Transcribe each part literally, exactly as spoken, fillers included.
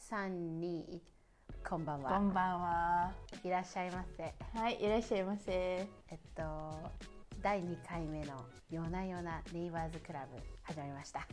さん、に、こんばんは。 こんばんは。 いらっしゃいませ。 はい、いらっしゃいませ。 えっとだいにかいめの夜な夜なネイバーズクラブ始まりました。 はい。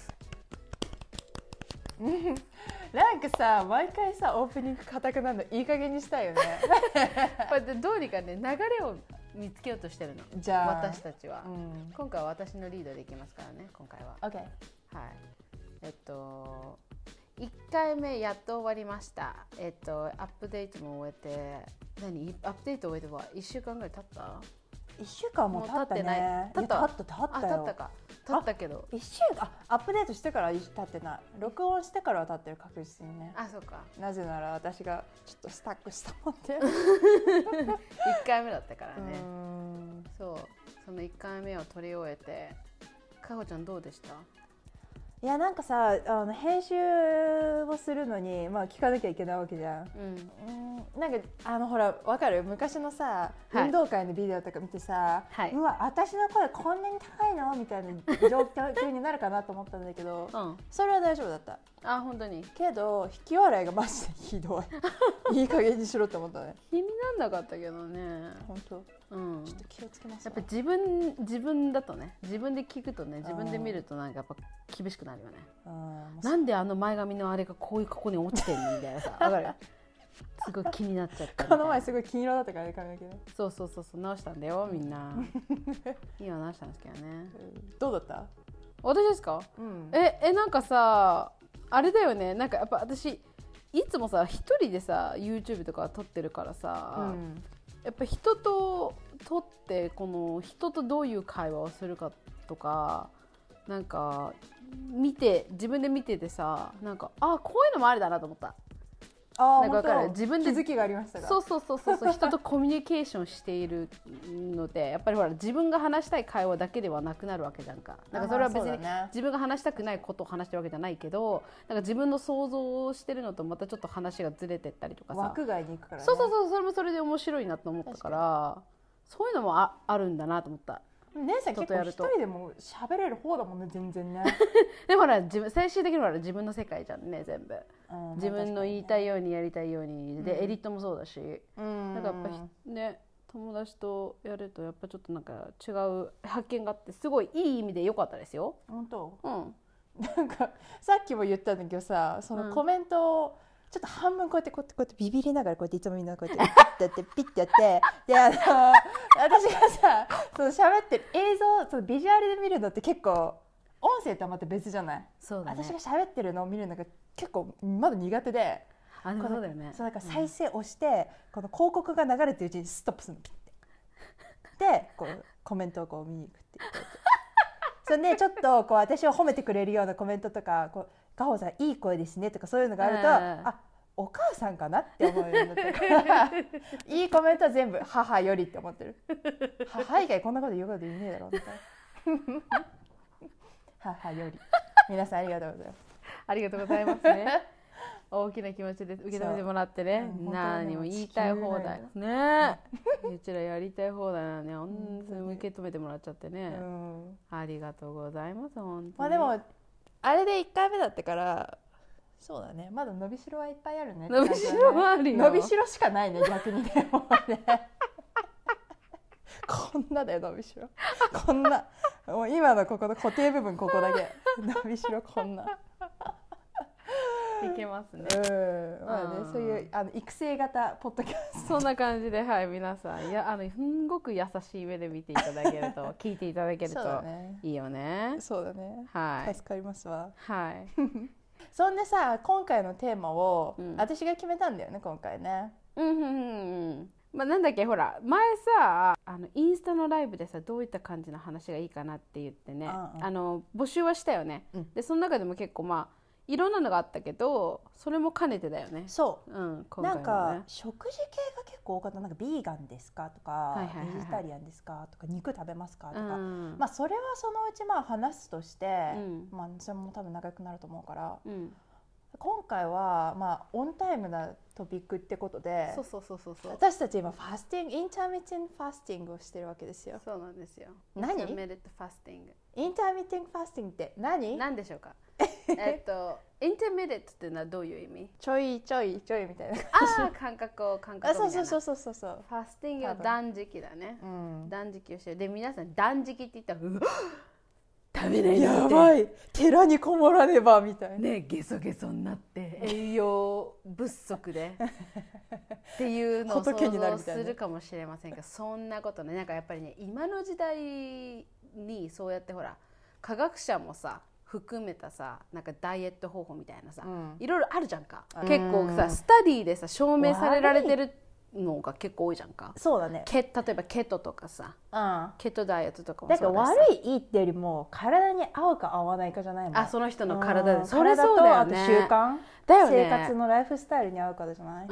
なんかさ、毎回さオープニング固くなるのいい加減にしたいよね。 これでどうにかね流れを見つけようとしてるの。 じゃあ私たちは、うん、今回は私のリードでいきますからね。今回は。 OK。はい。 えっといっかいめやっと終わりました。えっとアップデートも終えて、何アップデート終えてはいっしゅうかんぐらい経った？ いっしゅうかんも経ってね。 経った。 経った経ったよ。 経ったか。経ったけど。 いっしゅうかんアップデートしてから経ってない。録音してからは経ってる確実にね。 あ、そうか。 なぜなら私がちょっとスタックしたもんで。いっかいめだったからね。そう。そのいっかいめを撮り終えて、かほちゃんどうでした？ いやなんかさあの編集をするのに、まあ、聞かなきゃいけないわけじゃん、うん、うんなんかあのほら分かる昔のさ、はい、運動会のビデオとか見てさ、はい、うわ私の声こんなに高いのみたいな状況になるかなと思ったんだけど、うん、それは大丈夫だった。 あ本当に。 けど引き笑いがマジでひどいいい加減にしろって思ったね。 気になんなかったけどね。 本当、うん、ちょっと気をつけます。 やっぱ自分自分だとね、自分で聞くとね、自分で見るとなんかやっぱ厳しくなるよね。なんであの前髪のあれがこういうここに落ちてんのみたいなさ、わかる？すごい気になっちゃった。 この前すごい金色だったからね髪の毛ね。 そうそうそうそう直したんだよみんな。今直したんですけどね。 どうだった？ 私ですか？うん、ええなんかさあれだよね。なんかやっぱ私いつもさ一人でさ YouTube とか撮ってるからさ、うん、やっぱ人と撮ってこの人とどういう会話をするかとかなんか見て自分で見ててさなんかあこういうのもありだなと思った。 あなんか分かる。自分で気づきがありましたが。 そうそうそうそうそう人とコミュニケーションしているのでやっぱりほら自分が話したい会話だけではなくなるわけじゃんか。なんかそれは別に自分が話したくないことを話してるわけじゃないけどなんか自分の想像をしてるのとまたちょっと話がずれてったりとかさ枠外に行くからね。 そうそうそうそれもそれで面白いなと思ったからそういうのも あ, あるんだなと思った。 姉さん結構一人でも喋れる方だもんね全然ね。 でもほら自分最終的には自分の世界じゃんね全部、うん、自分の言いたいようにやりたいように、うん、でエリットもそうだし、うん、なんかやっぱね友達とやるとやっぱちょっとなんか違う発見があってすごいいい意味で良かったですよ。 本当？ うん。 なんかさっきも言ったんだけどさそのコメントを、うんちょっと半分こうやってこうやってこうやってビビりながらこうやっていつもみんなこうやってピッてやってピッてやってであの私がさその喋ってる映像そのビジュアルで見るのって結構音声とはまた別じゃない。 そうだね。 私が喋ってるのを見るのが結構まだ苦手であでもそうだよね。 そうだから再生押して、うん、この広告が流れてるうちにストップするのピッてでこうコメントをこう見に行くって言ってそれでちょっとこう私を褒めてくれるようなコメントとかこうかほさんいい声ですねとかそういうのがあると、うん、あお母さんかなって思うようになってからいいコメントは全部母よりって思ってる。母以外こんなこと言うこと言えねえだろみたいな。母より皆さんありがとうございます。 ありがとうございますね。大きな気持ちで受け止めてもらってね、うん、何も言いたい放題ねうちらやりたい放題なのね、うん、受け止めてもらっちゃってね、うん、ありがとうございます本当に。 まあでもあれでいっかいめだったからそうだねまだ伸びしろはいっぱいあるね。 伸びしろはあるよ。 伸びしろしかないね逆にねもうねこんなだよ伸びしろこんなもう今のここの固定部分ここだけ伸びしろこんな。 いけますね。 うん、まあね、そういうあの育成型ポッドキャストそんな感じではい皆さんいやあのすんごく優しい目で見ていただけると聞いていただけるといいよね。 そうだね。はい。助かりますわ。 はい。 そんでさ今回のテーマを、うん、私が決めたんだよね今回ね。 うんうんうんうん。まあ、なんだっけほら前さあのインスタのライブでさどういった感じの話がいいかなって言ってね、うんうん、あの募集はしたよね。うん、でその中でも結構まあいろんなのがあったけどそれも兼ねてだよね。 そう、うん、今回もね、なんか食事系が結構多かった。なんかビーガンですかとか、はいはいはいはい、ベジタリアンですかとか肉食べますかとか、うん、まあそれはそのうちまあ話すとして、うんまあ、それも多分長くなると思うから、うん、今回はまあオンタイムなトピックってことでそうそうそうそうそう私たち今ファスティングインターミテンファスティングをしてるわけですよ。 そうなんですよ。 何？インターミテンファスティングインターミテンファスティングって何？ 何でしょうかえっとインターミディットっていうのはどういう意味？ ちょいちょいちょいみたいなああ感覚を感覚をみたいな。 そうそうそうそうそう。 ファスティングは断食だね、 うん、 断食をしてる。で皆さん断食って言ったらうわ食べないやばい寺にこもらねばみたいなね、ゲソゲソになって栄養不足でっていうのを想像するかもしれませんが、そんなことね。なんかやっぱりね今の時代にそうやってほら科学者もさ含めたさなんかダイエット方法みたいなさ、うん、いろいろあるじゃんか、うん、結構さスタディでさ証明されられてるのが結構多いじゃんか。 そうだね。 け例えばケトとかさ、うん、ケトダイエットとかもそうだし、だから悪いいいってよりも体に合うか合わないかじゃないもん。 あ、その人の体で、 うん、それそうだよね。あと習慣だよね。生活のライフスタイルに合うかじゃない。 うん、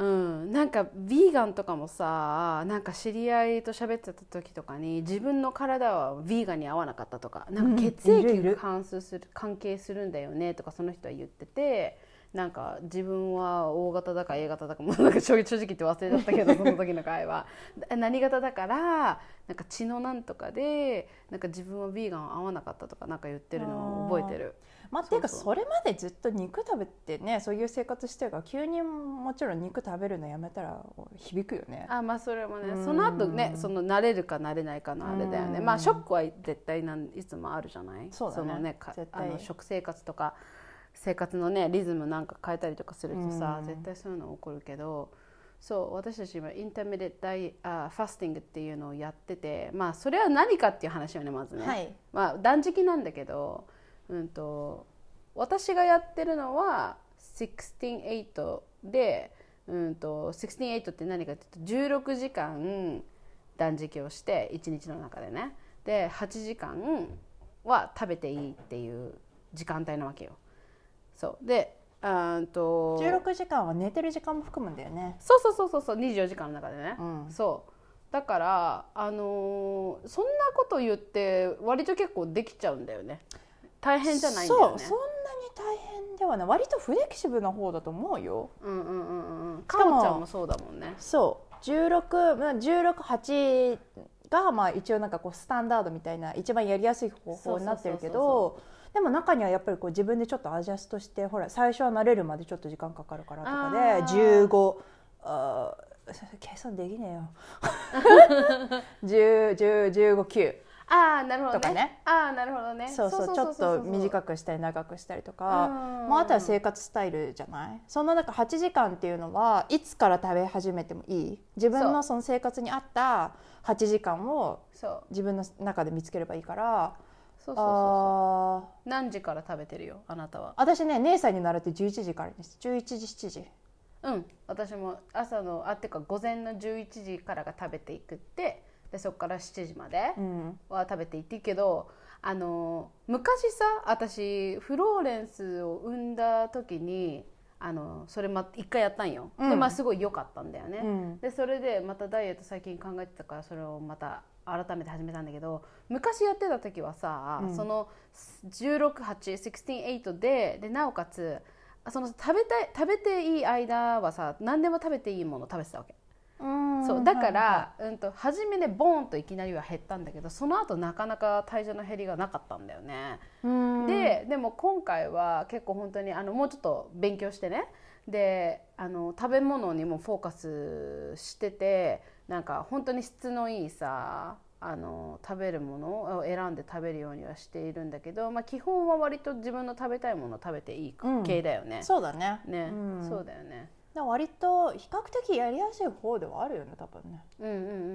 なんかビーガンとかもさ、なんか知り合いと喋ってた時とかに自分の体はビーガンに合わなかったとか、なんか血液が関数する関係するんだよねとかその人は言ってて。なんか自分は O 型だか A 型だかもなんか正直言って忘れちゃったけどその時の会話何型だからなんか血のなんとかでなんか自分はビーガン合わなかったとかなんか言ってるのを覚えてる。 まあ、っていうかそれまでずっと肉食べてねそういう生活してるから急にもちろん肉食べるのやめたら響くよね。 あ、まあそれもねその後ねその慣れるか慣れないかのあれだよね。まあショックは絶対なんいつもあるじゃない。 そうだね。 そのねあの食生活とか生活のねリズムなんか変えたりとかするとさ、うん、絶対そういうの起こるけど、そう私たち今インターミディットダイあファスティングっていうのをやってて、まあそれは何かっていう話よねまずね、はい、まあ断食なんだけど、うんと私がやってるのはじゅうろくはちで、うんとじゅうろくはちって何かっていうとじゅうろくじかん断食をしていちにちの中でね、ではちじかんは食べていいっていう時間帯なわけよ。そうであとじゅうろくじかんは寝てる時間も含むんだよね。 そうそうそうそうそうにじゅうよじかんの中でね、うん、そうだからあのー、そんなこと言って割と結構できちゃうんだよね。大変じゃないんだよね。 そうそんなに大変ではない。割とフレキシブルな方だと思うよ。 うんうんうんうん。かおちゃんもそうだもんね。 そうじゅうろく、じゅうろく、はちがまあ一応なんかこうスタンダードみたいな一番やりやすい方法になってるけど、でも中にはやっぱりこう自分でちょっとアジャストしてほら最初は慣れるまでちょっと時間かかるからとかでじゅうごあ計算できねえよじゅう、じゅう、じゅうご、きゅうああなるほどね。 とかね。 ああなるほどね。 そうそうちょっと短くしたり長くしたりとか、まああとは生活スタイルじゃない。その中はちじかんっていうのはいつから食べ始めてもいい。自分のその生活に合ったはちじかんを自分の中で見つければいいから。 そうそうそうそう。何時から食べてるよあなたは。 私ね姉さんに習ってじゅういちじからです。じゅういちじしちじ。 うん、私も朝のあってか午前のじゅういちじからが食べていくって。でそこからしちじまでは食べていっていいけど、うん、あの昔さ私フローレンスを産んだ時にあのそれま一回やったんよ、うん、でまあすごい良かったんだよね、うん、でそれでまたダイエット最近考えてたからそれをまた改めて始めたんだけど、昔やってた時はさ、うん、そのじゅうろく、はち、じゅうろく、はちででなおかつその食べたい食べていい間はさ何でも食べていいもの食べてたわけ。そうだから、はいはい、うんと初めねボーンといきなりは減ったんだけどその後なかなか体重の減りがなかったんだよね。ででも今回は結構本当にあのもうちょっと勉強してねであの食べ物にもフォーカスしててなんか本当に質のいいさあの食べるものを選んで食べるようにはしているんだけど、まあ、基本は割と自分の食べたいものを食べていい系だよね、 うん、そうだねね、うん、そうだよね。 割と比較的やりやすい方ではあるよね多分ね。 うんうんうんうんうん。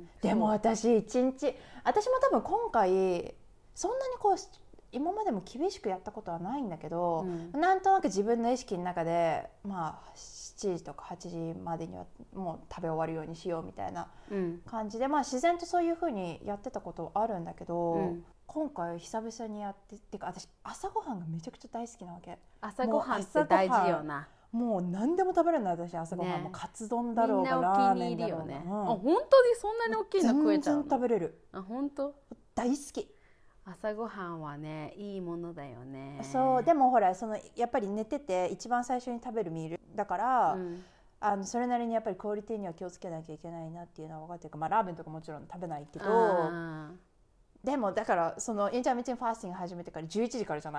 でも私一日私も多分今回そんなにこう今までも厳しくやったことはないんだけど、うん、なんとなく自分の意識の中でまあしちじとかはちじまでにはもう食べ終わるようにしようみたいな感じで、うん、まあ自然とそういう風にやってたことはあるんだけど、うん、今回久々にやってってか私朝ごはんがめちゃくちゃ大好きなわけ。 朝ごはんって大事よな。 もう何でも食べるんだ私朝ごはん、ね、もカツ丼だろうがラーメンだろうが、ねうん、 あ本当にそんなに大きいの食えちゃうの？ 全然食べれる。 あ本当？ 大好き。 朝ごはんはねいいものだよね。 そうでもほらそのやっぱり寝てて一番最初に食べるミールだから、うん、あのそれなりにやっぱりクオリティには気をつけなきゃいけないなっていうのは分かってるから、まあ、ラーメンとかもちろん食べないけどでもだからそのインターミティングファースティング始めてからじゅういちじからじゃない？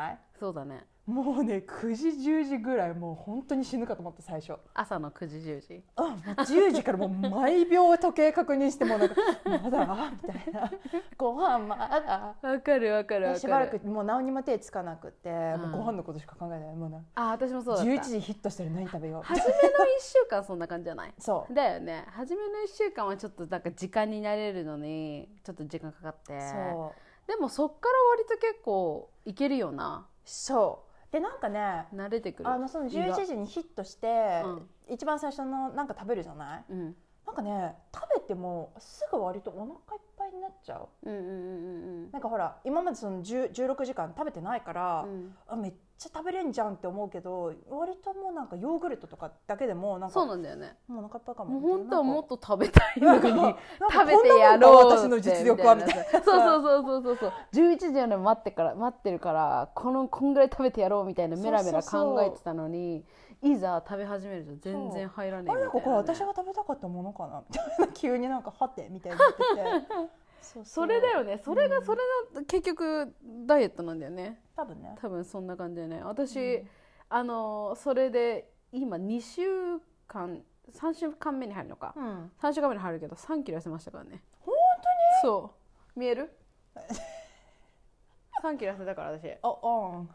そうだね。 もうねくじじゅうじぐらいもう本当に死ぬかと思った最初。 朝のくじじゅうじ。 あもうじゅうじからもう毎秒時計確認してもなんかまだみたいなご飯まだ。 わかるわかるわかる。 しばらくもう何にも手つかなくて、 うん、 もうご飯のことしか考えない。もうなあ私もそうだった。 じゅういちじヒットしたら何食べよう。 初めのいっしゅうかんそんな感じじゃない？ そうだよね。初めのいっしゅうかんはちょっとなんか時間に慣れるのにちょっと時間かかって。そうでもそっから割と結構いけるよな。 そうでなんかね慣れてくる。 あのそのじゅういちじにヒットして、 うん、 一番最初のなんか食べるじゃない、うん、なんかね食べてもすぐ割とお腹いっぱいになっちゃう。うんうんうんうん、なんかほら今までそのじゅう、じゅうろくじかん食べてないから、うん、あめっちゃ食べれんじゃんって思うけど割ともうなんかヨーグルトとかだけでもなんかそうなんだよね。 もうお腹いっぱいかも。 もう本当はもっと食べたいのに食べてやろうって私の実力はみたいな。そうそうそうそうそうそうじゅういちじまで待ってから待ってるからこのこんぐらい食べてやろうみたいなメラメラ考えてたのに、いざ食べ始めると全然入らないみたいな、ね。あれなんかこれ私が食べたかったものかなみたいな急になんかはてみたいになってて。そうそうそれだよね。それがそれの結局ダイエットなんだよね。 多分ね。 多分そんな感じだよね。私、うん、あのそれで今にしゅうかんさんしゅうかんめに入るのか、うん、さんしゅうかんめに入るけどさんキロ痩せましたからね。 本当に？そう見える？さんキロ痩せたから私。 あうん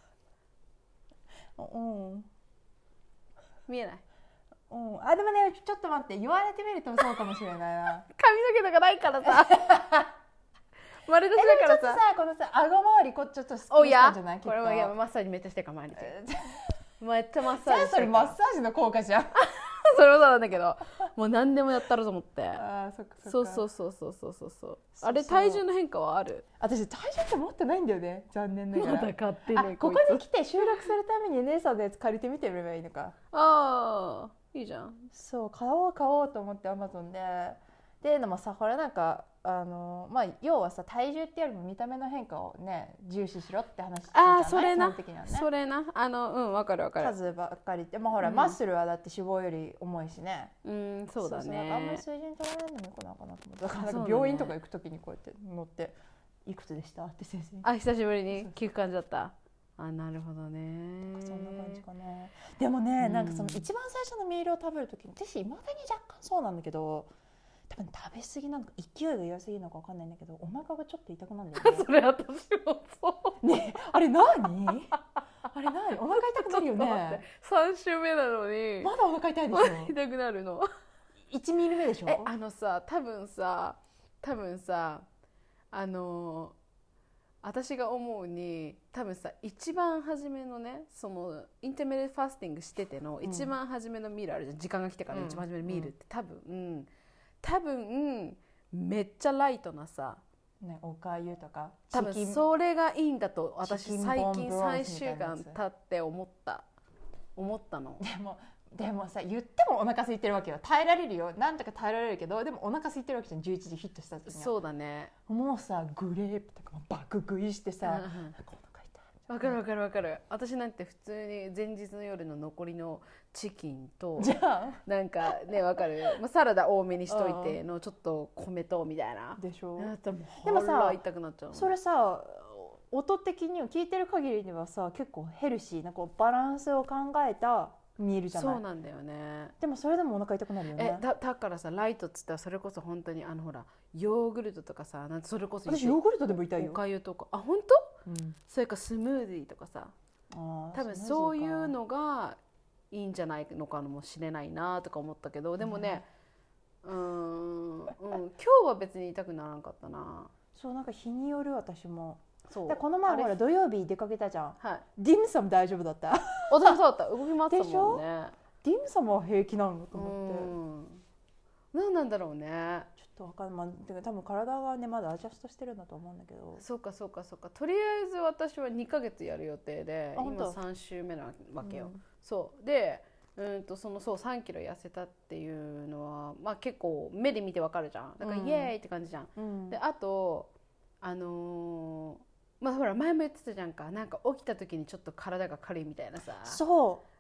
うん見えない。 うん、あでもねちょっと待って言われてみるとそうかもしれないな。 髪の毛とかないからさ丸出しだからさ。 えでもちょっとさこのさ顎周りこっちょっと好きなんじゃない？ これはいやマッサージめっちゃしてか毎日めっちゃマッサージしてる。じゃあそれマッサージの効果じゃんそれもそうなんだけどもう何でもやったろうと思って。 あそっかそっか。 そうそうそうそうそうそうそう。あれ体重の変化はある？ 私体重って持ってないんだよね残念ながら。 まだ買ってね。 ここに来て収録するために姉さんのやつ借りてみてみればいいのか。 ああいいじゃん。 そう買おう買おうと思ってアマゾンでででもさこれなんかあのまあ要はさ体重ってよりも見た目の変化をね重視しろって話じゃない。 あそれな、 ね、 それなあのうん分かる分かる。 数ばっかりでもほら、うん、マッスルはだって脂肪より重いしね。 うんそうだね。そうそうあんまり水準取らないのもよくないかなと思って。だからなんか病院とか行くときにこうやって乗っていくつでしたって先生に。 あ久しぶりに聞く感じだった。あなるほどね。 そんな感じかね。でもね、うん、なんかその一番最初のミールを食べるときに私いまだに若干そうなんだけど多分食べ過ぎなのか勢いが良すぎるのか分かんないんだけどお腹がちょっと痛くなるんだよね。 それ私もそうねあれ何あれ何お腹痛くなるよね。 さん週目なのにまだお腹痛いでしょ。 痛くなるのいちミリ目でしょ。 えあのさ多分さ多分さあの私が思うに多分さ一番初めのねそのインターミディエットファスティングしてての一番初めのミールあるじゃん、時間が来てから一番初めのミールって多分、うん、多分めっちゃライトなさ、 ね、おかゆとか多分それがいいんだと私最近さんしゅうかん経って思った思ったの。 でもでもさ言ってもお腹空いてるわけよ。耐えられるよなんとか耐えられるけどでもお腹空いてるわけじゃん。じゅういちじヒットした時にそうだね。 もうさグレープとかも爆食いしてさ、うんうん、お腹痛い。 わかるわかるわかる。私なんて普通に前日の夜の残りのチキンとじゃあなんかねわかる、まあ、サラダ多めにしといてのちょっと米とみたいなでしょ。 でもさ痛くなっちゃうの。 それさ音的には聞いてる限りではさ結構ヘルシーなこうバランスを考えたミールじゃない。 そうなんだよね。 でもそれでもお腹痛くなるよね。 え だ, だからさライトっつったらそれこそ本当にあのほらヨーグルトとかさなんてそれこそ私ヨーグルトでも痛いよ。 おかゆとかあ本当、うん、それかスムージーとかさあ多分そういうのがいいんじゃないのかもしれないなとか思ったけどでもね、うん、うーん、うん、今日は別に痛くならなかったな。 そうなんか日による私も。 そうでこの前ほら土曜日出かけたじゃん、 はい、 ディムサム大丈夫だった。 私もそうだった。動き回ってたもんね。 ディムサムは平気なのと思って。 何なんだろうね。 ちょっと分かんない、まあ、多分体がねまだアジャストしてるんだと思うんだけど。 そうかそうかそうか。とりあえず私はにかげつやる予定で今さん週目なわけよ、うん、そうでうんとそのそうさんキロ痩せたっていうのは、まあ、結構目で見てわかるじゃん。だからイエーイって感じじゃん、うん、であとあのーまあほら前も言ってたじゃんかなんか起きた時にちょっと体が軽いみたいなさ。 そう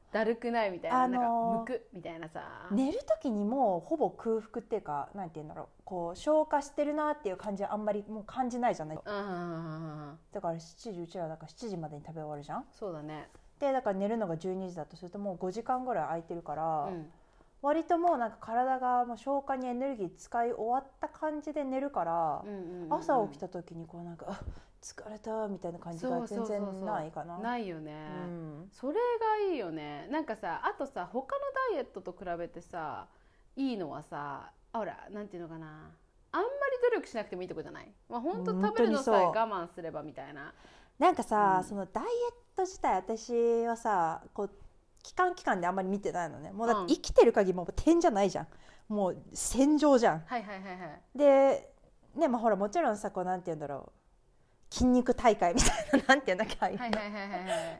だるくないみたいな、 あのー、 なんかむくみたいなさ、 寝る時にもうほぼ空腹っていうか、なんて言うんだろう、こう消化してるなっていう感じはあんまりもう感じないじゃない。 うんだからしちじ、うちらだからしちじまでに食べ終わるじゃん。 そうだね。 でだから寝るのがじゅうにじだとするともうごじかんぐらい空いてるから、 うん、 割ともうなんか体がもう消化にエネルギー使い終わった感じで寝るから、 うんうんうん、 朝起きた時にこうなんかあ疲れたみたいな感じが全然ないかな。 ないよね、 うん、 それがいいよね。なんかさ、あとさ、他のダイエットと比べてさいいのはさ、ほらなんていうのかな、あんまり努力しなくてもいいとこじゃない、まあ、本当食べるのさえ我慢すればみたいな。 なんかさ、 うん、 そのダイエット自体私はさこう期間期間であんまり見てないのね。もうだって生きてる限りもう点じゃないじゃん、もう戦場じゃん。 はいはいはいはい。 でね、まあほらもちろんさこうなんて言うんだろう、筋肉大会みたいななんていうんだっけ、はいはいはいはい、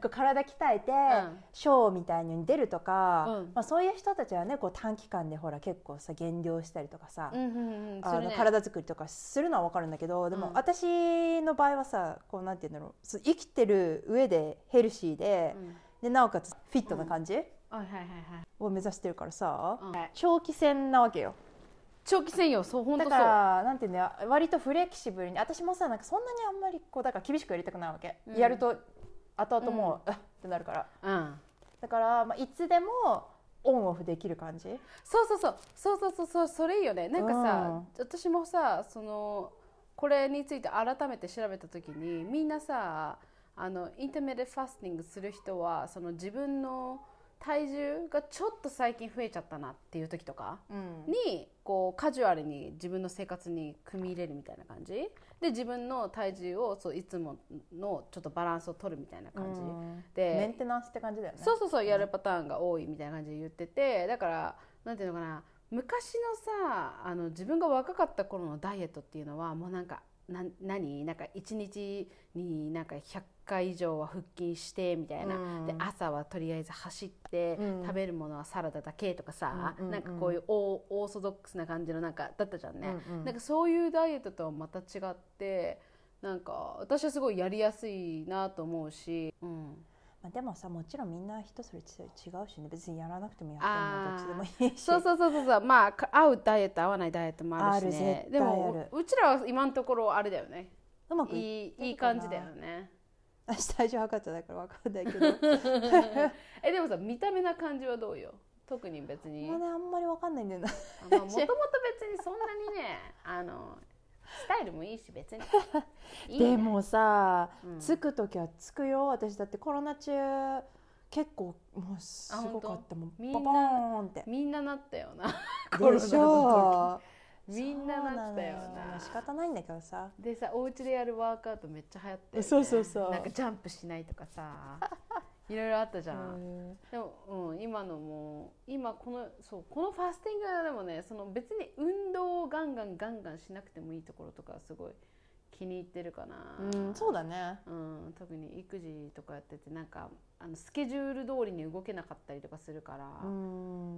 体鍛えて、うん、ショーみたいに出るとか、うん、まあ、そういう人たちはねこう短期間でほら結構さ減量したりとかさ、うんうんうん、あの、ね、体作りとかするのは分かるんだけど、でも私の場合はさこうなんて言うんだろう、生きてる上でヘルシーで、うん、でなおかつフィットな感じ、うん、を目指してるからさ、うん、長期戦なわけよ。 長期戦よ。そう、本当そう。 だからなんていうんだよ、割とフレキシブルに、私もさなんかそんなにあんまりこうだから厳しくやりたくないわけ、うん、やると後々もう、うん、ってなるから、うん、だから、まあ、いつでもオンオフできる感じ。 そうそうそうそうそうそうそう、それいいよね。なんかさ、うん、私もさそのこれについて改めて調べた時に、みんなさあのインターミディファスティングする人はその自分の体重がちょっと最近増えちゃったなっていう時とかに、うん、こうカジュアルに自分の生活に組み入れるみたいな感じで、自分の体重をそういつものちょっとバランスを取るみたいな感じ、うん、でメンテナンスって感じだよね。 そうそうそう、やるパターンが多いみたいな感じで言ってて、だからなんていうのかな、昔のさあの自分が若かった頃のダイエットっていうのはもうなんかな何なんかいちにちになんかひゃっかい以上は腹筋してみたいな、うん、で朝はとりあえず走って、うん、食べるものはサラダだけとかさ、うんうんうん、なんかこういうオーソドックスな感じのなんかだったじゃんね、うんうん、なんかそういうダイエットとはまた違って、なんか私はすごいやりやすいなと思うし、うん、 まあ、でもさもちろんみんな人それ違うしね、別にやらなくてもやってるのはどっちでもいいし、 そうそうそうそう、まあ合うダイエット合わないダイエットもあるしね。でもうちらは今のところあれだよね、うまくいいいい感じだよね。 私体重測ってだから分かんないけどえでもさ見た目な感じはどうよ。特に別にもうねあんまり分かんないんだよなもともと別にそんなにねあのスタイルもいいし別にいい、ね、 でもさ、うん、つく時はつくよ。私だってコロナ中結構もうすごかったもん。 みんなパパーンってみんななったよなでしょうみんななったよな。 仕方ないんだけどさ。 でさお家でやるワークアウトめっちゃ流行ってる、ね、 そうそうそう、 なんかジャンプしないとかさいろいろあったじゃん。でも、うん、今のも今このそうこのファスティングでもね、その別に運動をガンガンガンガンしなくてもいいところとかすごい気に入ってるかな。 うん、そうだね、 うん、特に育児とかやっててなんかあのスケジュール通りに動けなかったりとかするから、うん、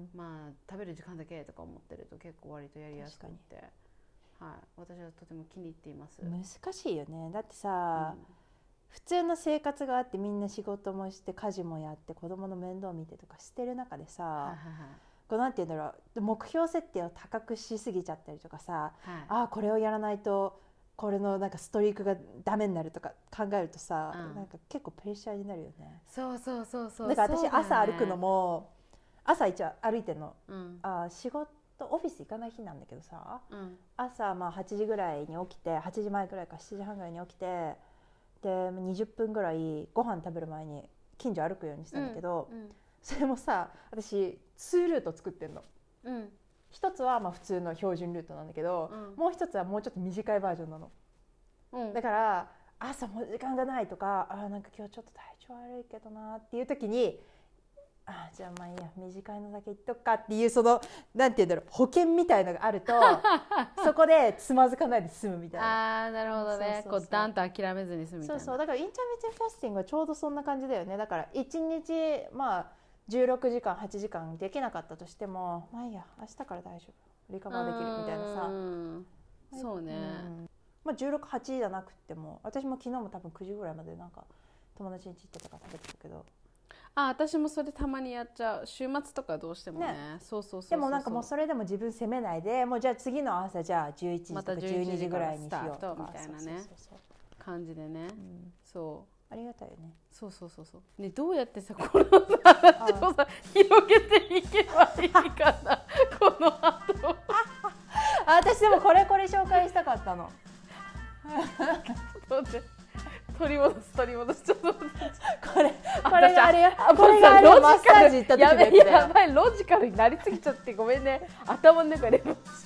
まあ食べる時間だけとか思ってると結構割とやりやすくて、はい、私はとても気に入っています。 難しいよね。だってさ、うん、普通の生活があってみんな仕事もして家事もやって子供の面倒見てとかしてる中でさ、はいはいはい、こうなんて言うんだろう、目標設定を高くしすぎちゃったりとかさ、はい、ああこれをやらないとこれのなんかストリークがダメになるとか考えるとさ、うん、なんか結構プレッシャーになるよね。 そうそうそうそう。 だから私朝歩くのも、ね、朝一応歩いてるの、うん、あ仕事オフィス行かない日なんだけどさ、うん、朝まあはちじぐらいに起きてはちじまえぐらいかしちじはんぐらいに起きてでにじゅっぷんぐらいご飯食べる前に近所歩くようにしたんだけど、うんうん、それもさ私にルート作ってんの、うん、一つはまあ普通の標準ルートなんだけど、うん、もう一つはもうちょっと短いバージョンなの、うん、だから朝もう時間がないとかあなんか今日ちょっと体調悪いけどなっていう時にあじゃあまあいいや短いのだけ言っとくかっていうそのなんていうんだろう保険みたいのがあるとそこでつまずかないで済むみたいな。 あーなるほどね。そうそうそう、こうダンと諦めずに済むみたいな。 そうそうだからインターミディアファスティングはちょうどそんな感じだよね。だからいちにちまあじゅうろくじかんはちじかんできなかったとしてもまあいいや明日から大丈夫リカバーできるみたいなさ。うんそうね、 うんまあ、じゅうろく、はちじじゃなくても私も昨日も多分くじぐらいまでなんか友達に家行ってたから食べてたけどあ、私もそれたまにやっちゃう。週末とかどうしても ね, ねそうそうそうそう。 でもなんかもうそれでも自分責めないで、もうじゃあ次の朝じゃあじゅういちじとかじゅうにじぐらいにしようとかみたいなね感じでね、うん、そうありがたいよね。 そうそうそうそう。ね、どうやってさこの話をさ広げていけばいいかなこの後。 あ、私でもこれこれ紹介したかったの。 ちょっと待って。取り戻す取り戻すちょっと待って。 これこれがあれよ。これがあれよ。マッサージ行った時のやつだよ。 やばい、ロジカルになりすぎちゃってごめんね。頭の中で。か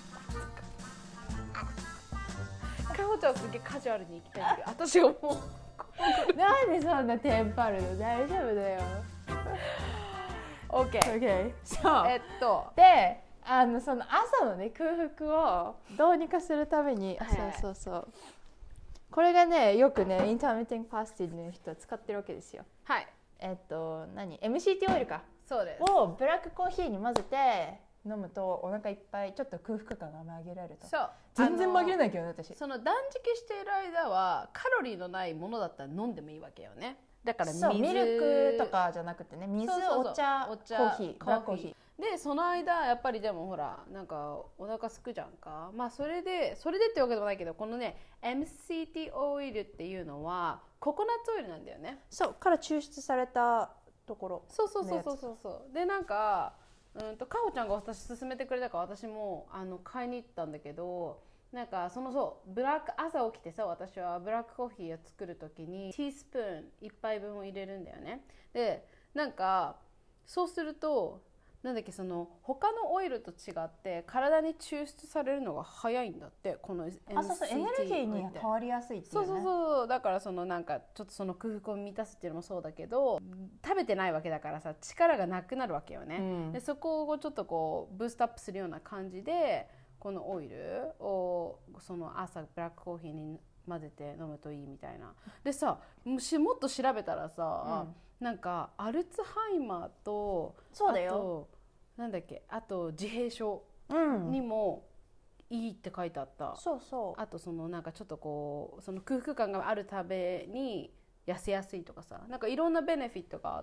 ほちゃんすげえカジュアルに行きたいんだけど、私がもうなんでそんなテンパるの？大丈夫だよ。 オッケー。 オッケー。そう。 えっとで、あのその朝のね空腹をどうにかするために、 はい、 そうそうそう。これがねよくねインターミティングファスティングの人は使ってるわけですよ。 はい。 えっと何 エムシーティー オイルか。 そうです。 をブラックコーヒーに混ぜて飲むとお腹いっぱいちょっと空腹感が紛れると。 そう。 全然紛れないけどね私。 その断食している間はカロリーのないものだったら飲んでもいいわけよね。だから水、 そうミルクとかじゃなくてね、水、そうそうそうお茶、お茶、コーヒー、ブラックコーヒー。 でその間やっぱりでもほらなんかお腹すくじゃんか。まあそれでそれでってわけでもないけど、このね エムシーティー オイルっていうのはココナッツオイルなんだよね。 そうから抽出されたところ。 そうそうそうそうそうそう。でなんかうんとかほちゃんが私勧めてくれたから私もあの買いに行ったんだけど、なんかそのそうブラック朝起きてさ、私はブラックコーヒーを作るときにティースプーンいっぱいぶんを入れるんだよね。でなんかそうするとなんだっけ、その他のオイルと違って体に抽出されるのが早いんだって、この エムシーティーあ、そうそうエネルギーに変わりやすいっていうね。 そうそうそう、だからそのなんかちょっとその空腹を満たすっていうのもそうだけど、食べてないわけだからさ力がなくなるわけよね、うん、でそこをちょっとこうブーストアップするような感じでこのオイルをその朝ブラックコーヒーに混ぜて飲むといいみたいな。でさもっと調べたらさ、うん、なんかアルツハイマーとそうだよ、 なんだっけ、あと自閉症にもいいって書いてあった、うん、そうそう。あとそのなんかちょっとこうその空腹感があるために痩せやすいとかさ、なんかいろんなベネフィットがあって、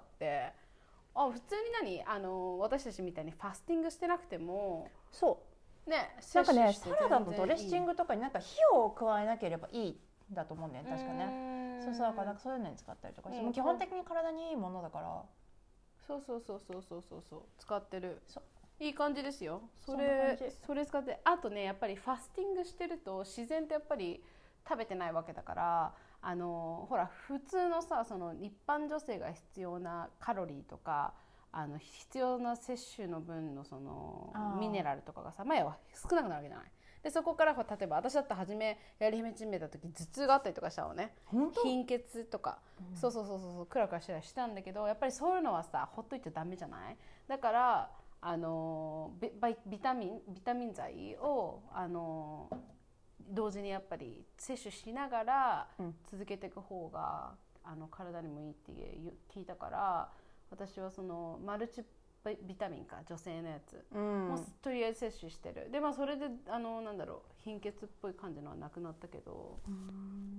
あ普通に何あの私たちみたいにファスティングしてなくてもそうね、なんかねサラダのドレッシングとかになんか火を加えなければいいんだと思うんだよね確かね。そうそう、なんかそういうのに使ったりとかして、うん、もう基本的に体にいいものだから。 そうそうそうそうそうそうそう使ってる。いい感じですよ。それそれ使って、あとねやっぱりファスティングしてると自然とやっぱり食べてないわけだから、あのほら普通のさその一般女性が必要なカロリーとかあの必要な摂取の分のそのミネラルとかがさ前は少なくなるわけじゃない。でそこから例えば私だったら初めやり始めた時頭痛があったりとかしたのね。貧血とか、うん、そうそうそうそうクラクラしたりしたんだけど、やっぱりそういうのはさほっといてダメじゃない。だからあのビ, ビタミンビタミン剤をあの同時にやっぱり摂取しながら続けていく方が、うん、あの体にもいいって聞いたから、私はそのマルチビタミンか女性のやつ、うん、もとりあえず摂取してる。でまあそれであのなんだろう貧血っぽい感じのはなくなったけど、うん、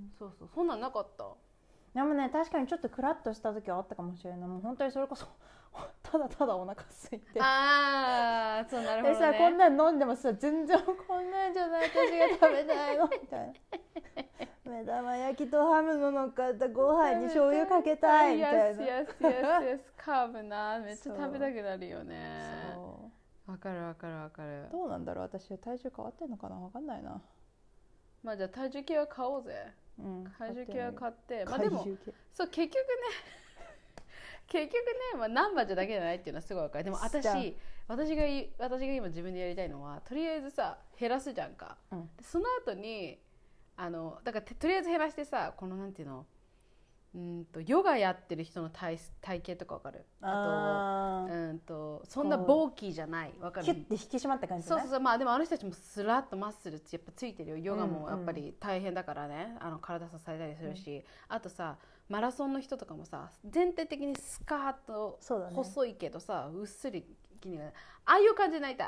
そうそうそんなんなかった。 でもね確かにちょっとクラッとした時はあったかもしれない。もう本当にそれこそただただお腹空いて、 ああそうなるほどね。 でさこんなん飲んでもさ全然こんなんじゃない私が食べないのみたいな目玉焼きとハムの乗っかったご飯に醤油かけたいみたいな。 yes yes yes yes カーブなめっちゃ食べたくなるよね。わかるわかるわかる。 どうなんだろう私は体重変わってんのかなわかんないな。 まあじゃあ体重計は買おうぜ。うん、体重計は買って、まあでもそう結局ね結局ね、まあ、ナンバーじゃだけじゃないっていうのはすごい分かる。でも私私が私が今自分でやりたいのはとりあえずさ減らすじゃんか、うん、その後にあのだからとりあえず減らしてさこのなんていうのうんとヨガやってる人の 体, 体型とか分かる。あとうんとそんなボーキーじゃない分かる。 キュッて引き締まった感じね。 そうそうそう、まあでもあの人たちもスラッとマッスルってやっぱついてるよ。ヨガもやっぱり大変だからね、あの体支えたりするし、うん、あとさマラソンの人とかもさ全体的にスカート細いけどさ、ね、うっすり筋肉がああいう感じになりたい。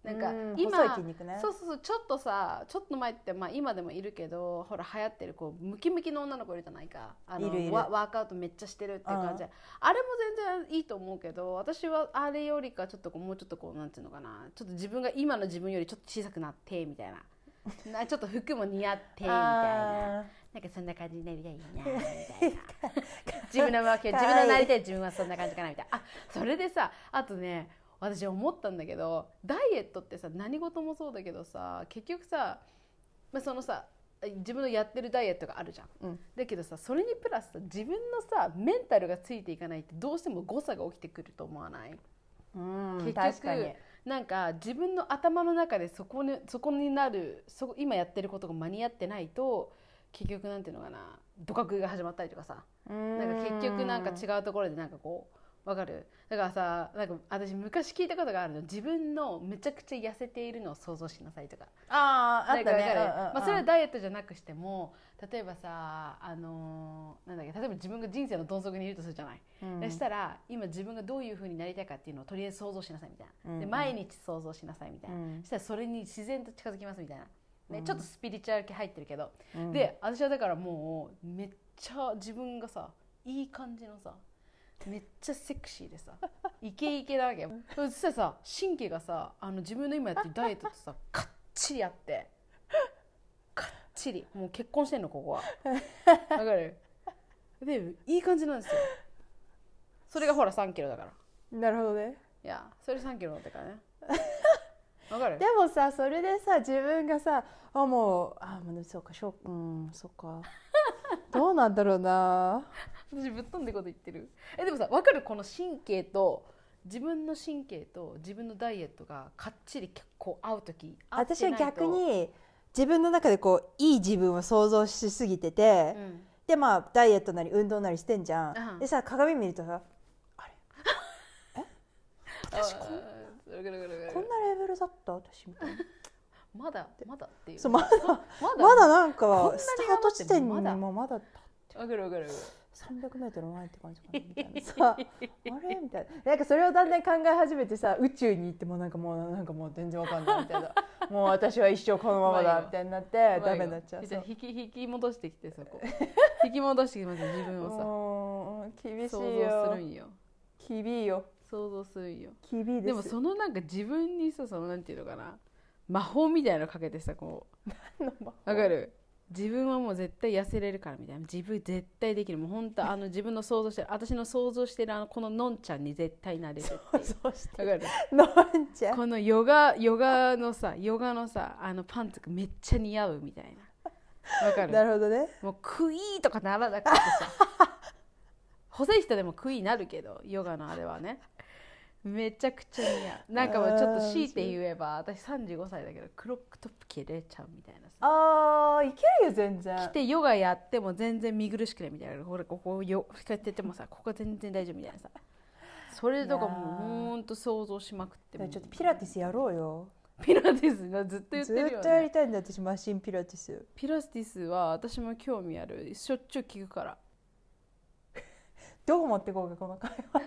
なんかうん今細い筋肉ね。 そうそうそう、ちょっとさ、ちょっと前って、まあ、今でもいるけど、ほら流行ってるこうムキムキの女の子いるじゃないか、あのいるいるワワークアウトめっちゃしてるっていう感じで、あれも全然いいと思うけど、私はあれよりかちょっとこうもうちょっとこうなんていうのかな、ちょっと自分が今の自分よりちょっと小さくなってみたいななちょっと服も似合ってみたいな、なんかそんな感じになりたいなみたいな自分のわけ自分のなりたい自分はそんな感じかなみたいな。あ、それでさ、あとね、私思ったんだけど、ダイエットってさ、何事もそうだけどさ、結局さ、まあ、そのさ自分のやってるダイエットがあるじゃん、うん、だけどさ、それにプラスさ、自分のさメンタルがついていかないってどうしても誤差が起きてくると思わない？うん、結局確かになんか自分の頭の中でそこにそこになるそ今やってることが間に合ってないと、結局なんていうのかな、ドカ食いが始まったりとかさ、なんか結局なんか違うところでなんかこうわかる？だからさ、なんか私昔聞いたことがあるの、自分のめちゃくちゃ痩せているのを想像しなさいとか。 ああ、あったね。 まあ、それはダイエットじゃなくしても、例えばさ、あのー、なんだっけ、例えば自分が人生のどん底にいるとするじゃない、うん、そしたら今自分がどういう風になりたいかっていうのをとりあえず想像しなさいみたいな、うんうん、で毎日想像しなさいみたいな、うん、そしたらそれに自然と近づきますみたいな、ね、うん、ちょっとスピリチュアル系入ってるけど、うん、で私はだからもうめっちゃ自分がさいい感じのさ、めっちゃセクシーでさイケイケなわけよ。そしたらさ、神経がさ、あの自分の今やってるダイエットとさかっちりあって、かっちりもう結婚してんのここはわかる？でいい感じなんですよ。それがほらさんキロだから。 なるほどね。 いやそれさんキロだったからねわかる？ でもさ、それでさ、自分がさ、あもうあもうそうかしょう、うんそうかどうなんだろうな私ぶっ飛んでこと言ってる。えでもさ、分かる？この神経と自分の神経と自分のダイエットがかっちり結構合う時、 私は逆に自分の中でこういい自分を想像しすぎてて、うん、でまあダイエットなり運動なりしてんじゃん、うん、でさ鏡見るとさ、あれえ私こんこんなレベルだった私みたいなまだまだっていう、 そうまだまだまだなんかスタート地点にもまだわかるわかるさんびゃくメートル前って感じかなみたいなさあれみたいな、なんかそれをだんだん考え始めてさ、宇宙に行ってもなんかもうなんかもう全然わかんないみたいなもう私は一生このままだみたいになってダメになっちゃう。 じゃあ引き引き戻してきて、そこ引き戻してきますよ自分をさ。厳しいよ。 想像するんよ。 厳しいよ。 想像するんよ。 厳しいです。 でもそのなんか自分にさ、そのなんていうのかな、魔法みたいなのかけてさ、こう何の魔法？わかる？自分はもう絶対痩せれるからみたいな、自分絶対できる、もう本当あの自分の想像してる、私の想像してるあのこののんちゃんに絶対なれるっていう。 想像してるのんちゃん、 このヨガヨガのさヨガのさあのパンツがめっちゃ似合うみたいな。わかる？ なるほどね。 もうクイーとかならなくてさ細い人でもクイーなるけど、ヨガのあれはねめちゃくちゃ似合う。なんかもうちょっと強いて言えば、私さんじゅうごさいだけどクロックトップ着れちゃうみたいなさ。 あーいけるよ全然。 着てヨガやっても全然見苦しくないみたいな。これここよこうやっててもさ、ここ全然大丈夫みたいなさ。それとかもうほんと想像しまくっても。 ちょっとピラティスやろうよ。 ピラティスずっと言ってるよね。 ずっとやりたいんだ私、マシンピラティス。 ピラティスは私も興味ある。しょっちゅう聞くからどう持ってこうかこの会話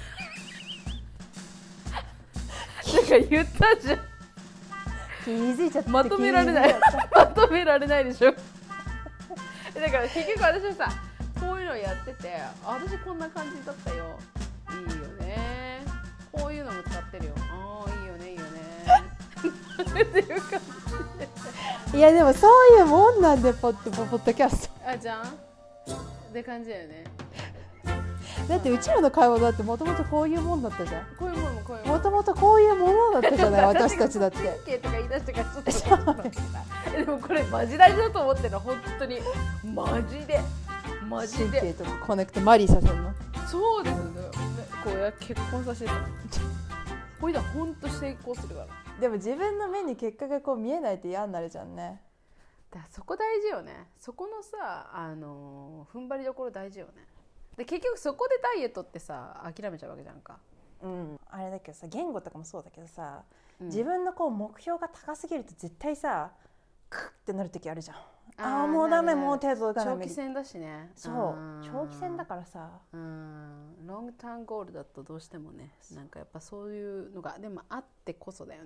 なんか言ったじゃん。 気づいちゃった。 まとめられないまとめられないでしょだから結局私はさ、こういうのやってて、私こんな感じだったよ、いいよね、こういうのも使ってるよ、ああいいよねいいよねっていう感じ。いやでもそういうもんなんで、ポッドポッドキャストあじゃんって感じだよね。 だってうちらの会話だってもともとこういうもんだったじゃん。 こういうもんもこういうもんもともとこういうものだったじゃない私たちだって。 神経とか言い出してからちょっとでもこれマジ大事だと思ってるの、本当にマジでマジで神経とコネクトマリーさせるの。 そうですよね。こうや結婚させてたこれだ本当成功するから。 でも自分の目に結果がこう見えないと嫌になるじゃんね。 だからそこ大事よね。そこのさ、あのー、踏ん張りどころ大事よね。で結局そこでダイエットってさ諦めちゃうわけじゃんか。 うん、あれだけどさ、言語とかもそうだけどさ、うん、自分のこう目標が高すぎると絶対さクッってなる時あるじゃん。ああもうダメ、もう手届かない。 長期戦だしね。 そう長期戦だからさ、 うんロングターンゴールだとどうしてもね、なんかやっぱそういうのがでもあってこそだよね。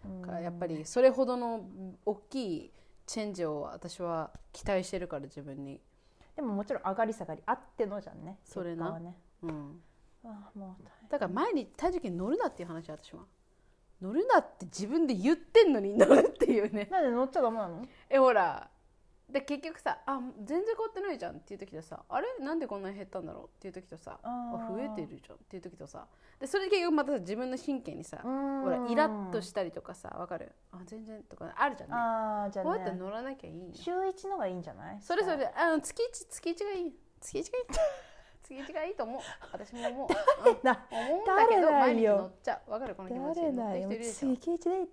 からやっぱりそれほどの大きいチェンジを私は期待してるから自分に。 でももちろん上がり下がりあってのじゃんね。 それな、 ね、 うん、 あもうだから前に体重計に乗るなっていう話。私は乗るなって自分で言ってんのに乗るっていうね。 なんで乗っちゃダメなの？ えほらで結局さ、あ全然変わってないじゃんっていう時とさ、あれなんでこんなに減ったんだろうっていう時とさ、あ増えてるじゃんっていう時とさ、でそれで結局また自分の神経にさ、ほらイラッとしたりとかさ、わかる？あ全然とかあるじゃんね。あじゃあね、こうやって乗らなきゃいいの。 週一のがいいんじゃない？ それそれあの月一月一がいい。月一がいい。月一がいいと思う。私も思う。うん、思うんだけど毎日乗っちゃう。わかるこの気持ち。 誰だよ。月一でいいって。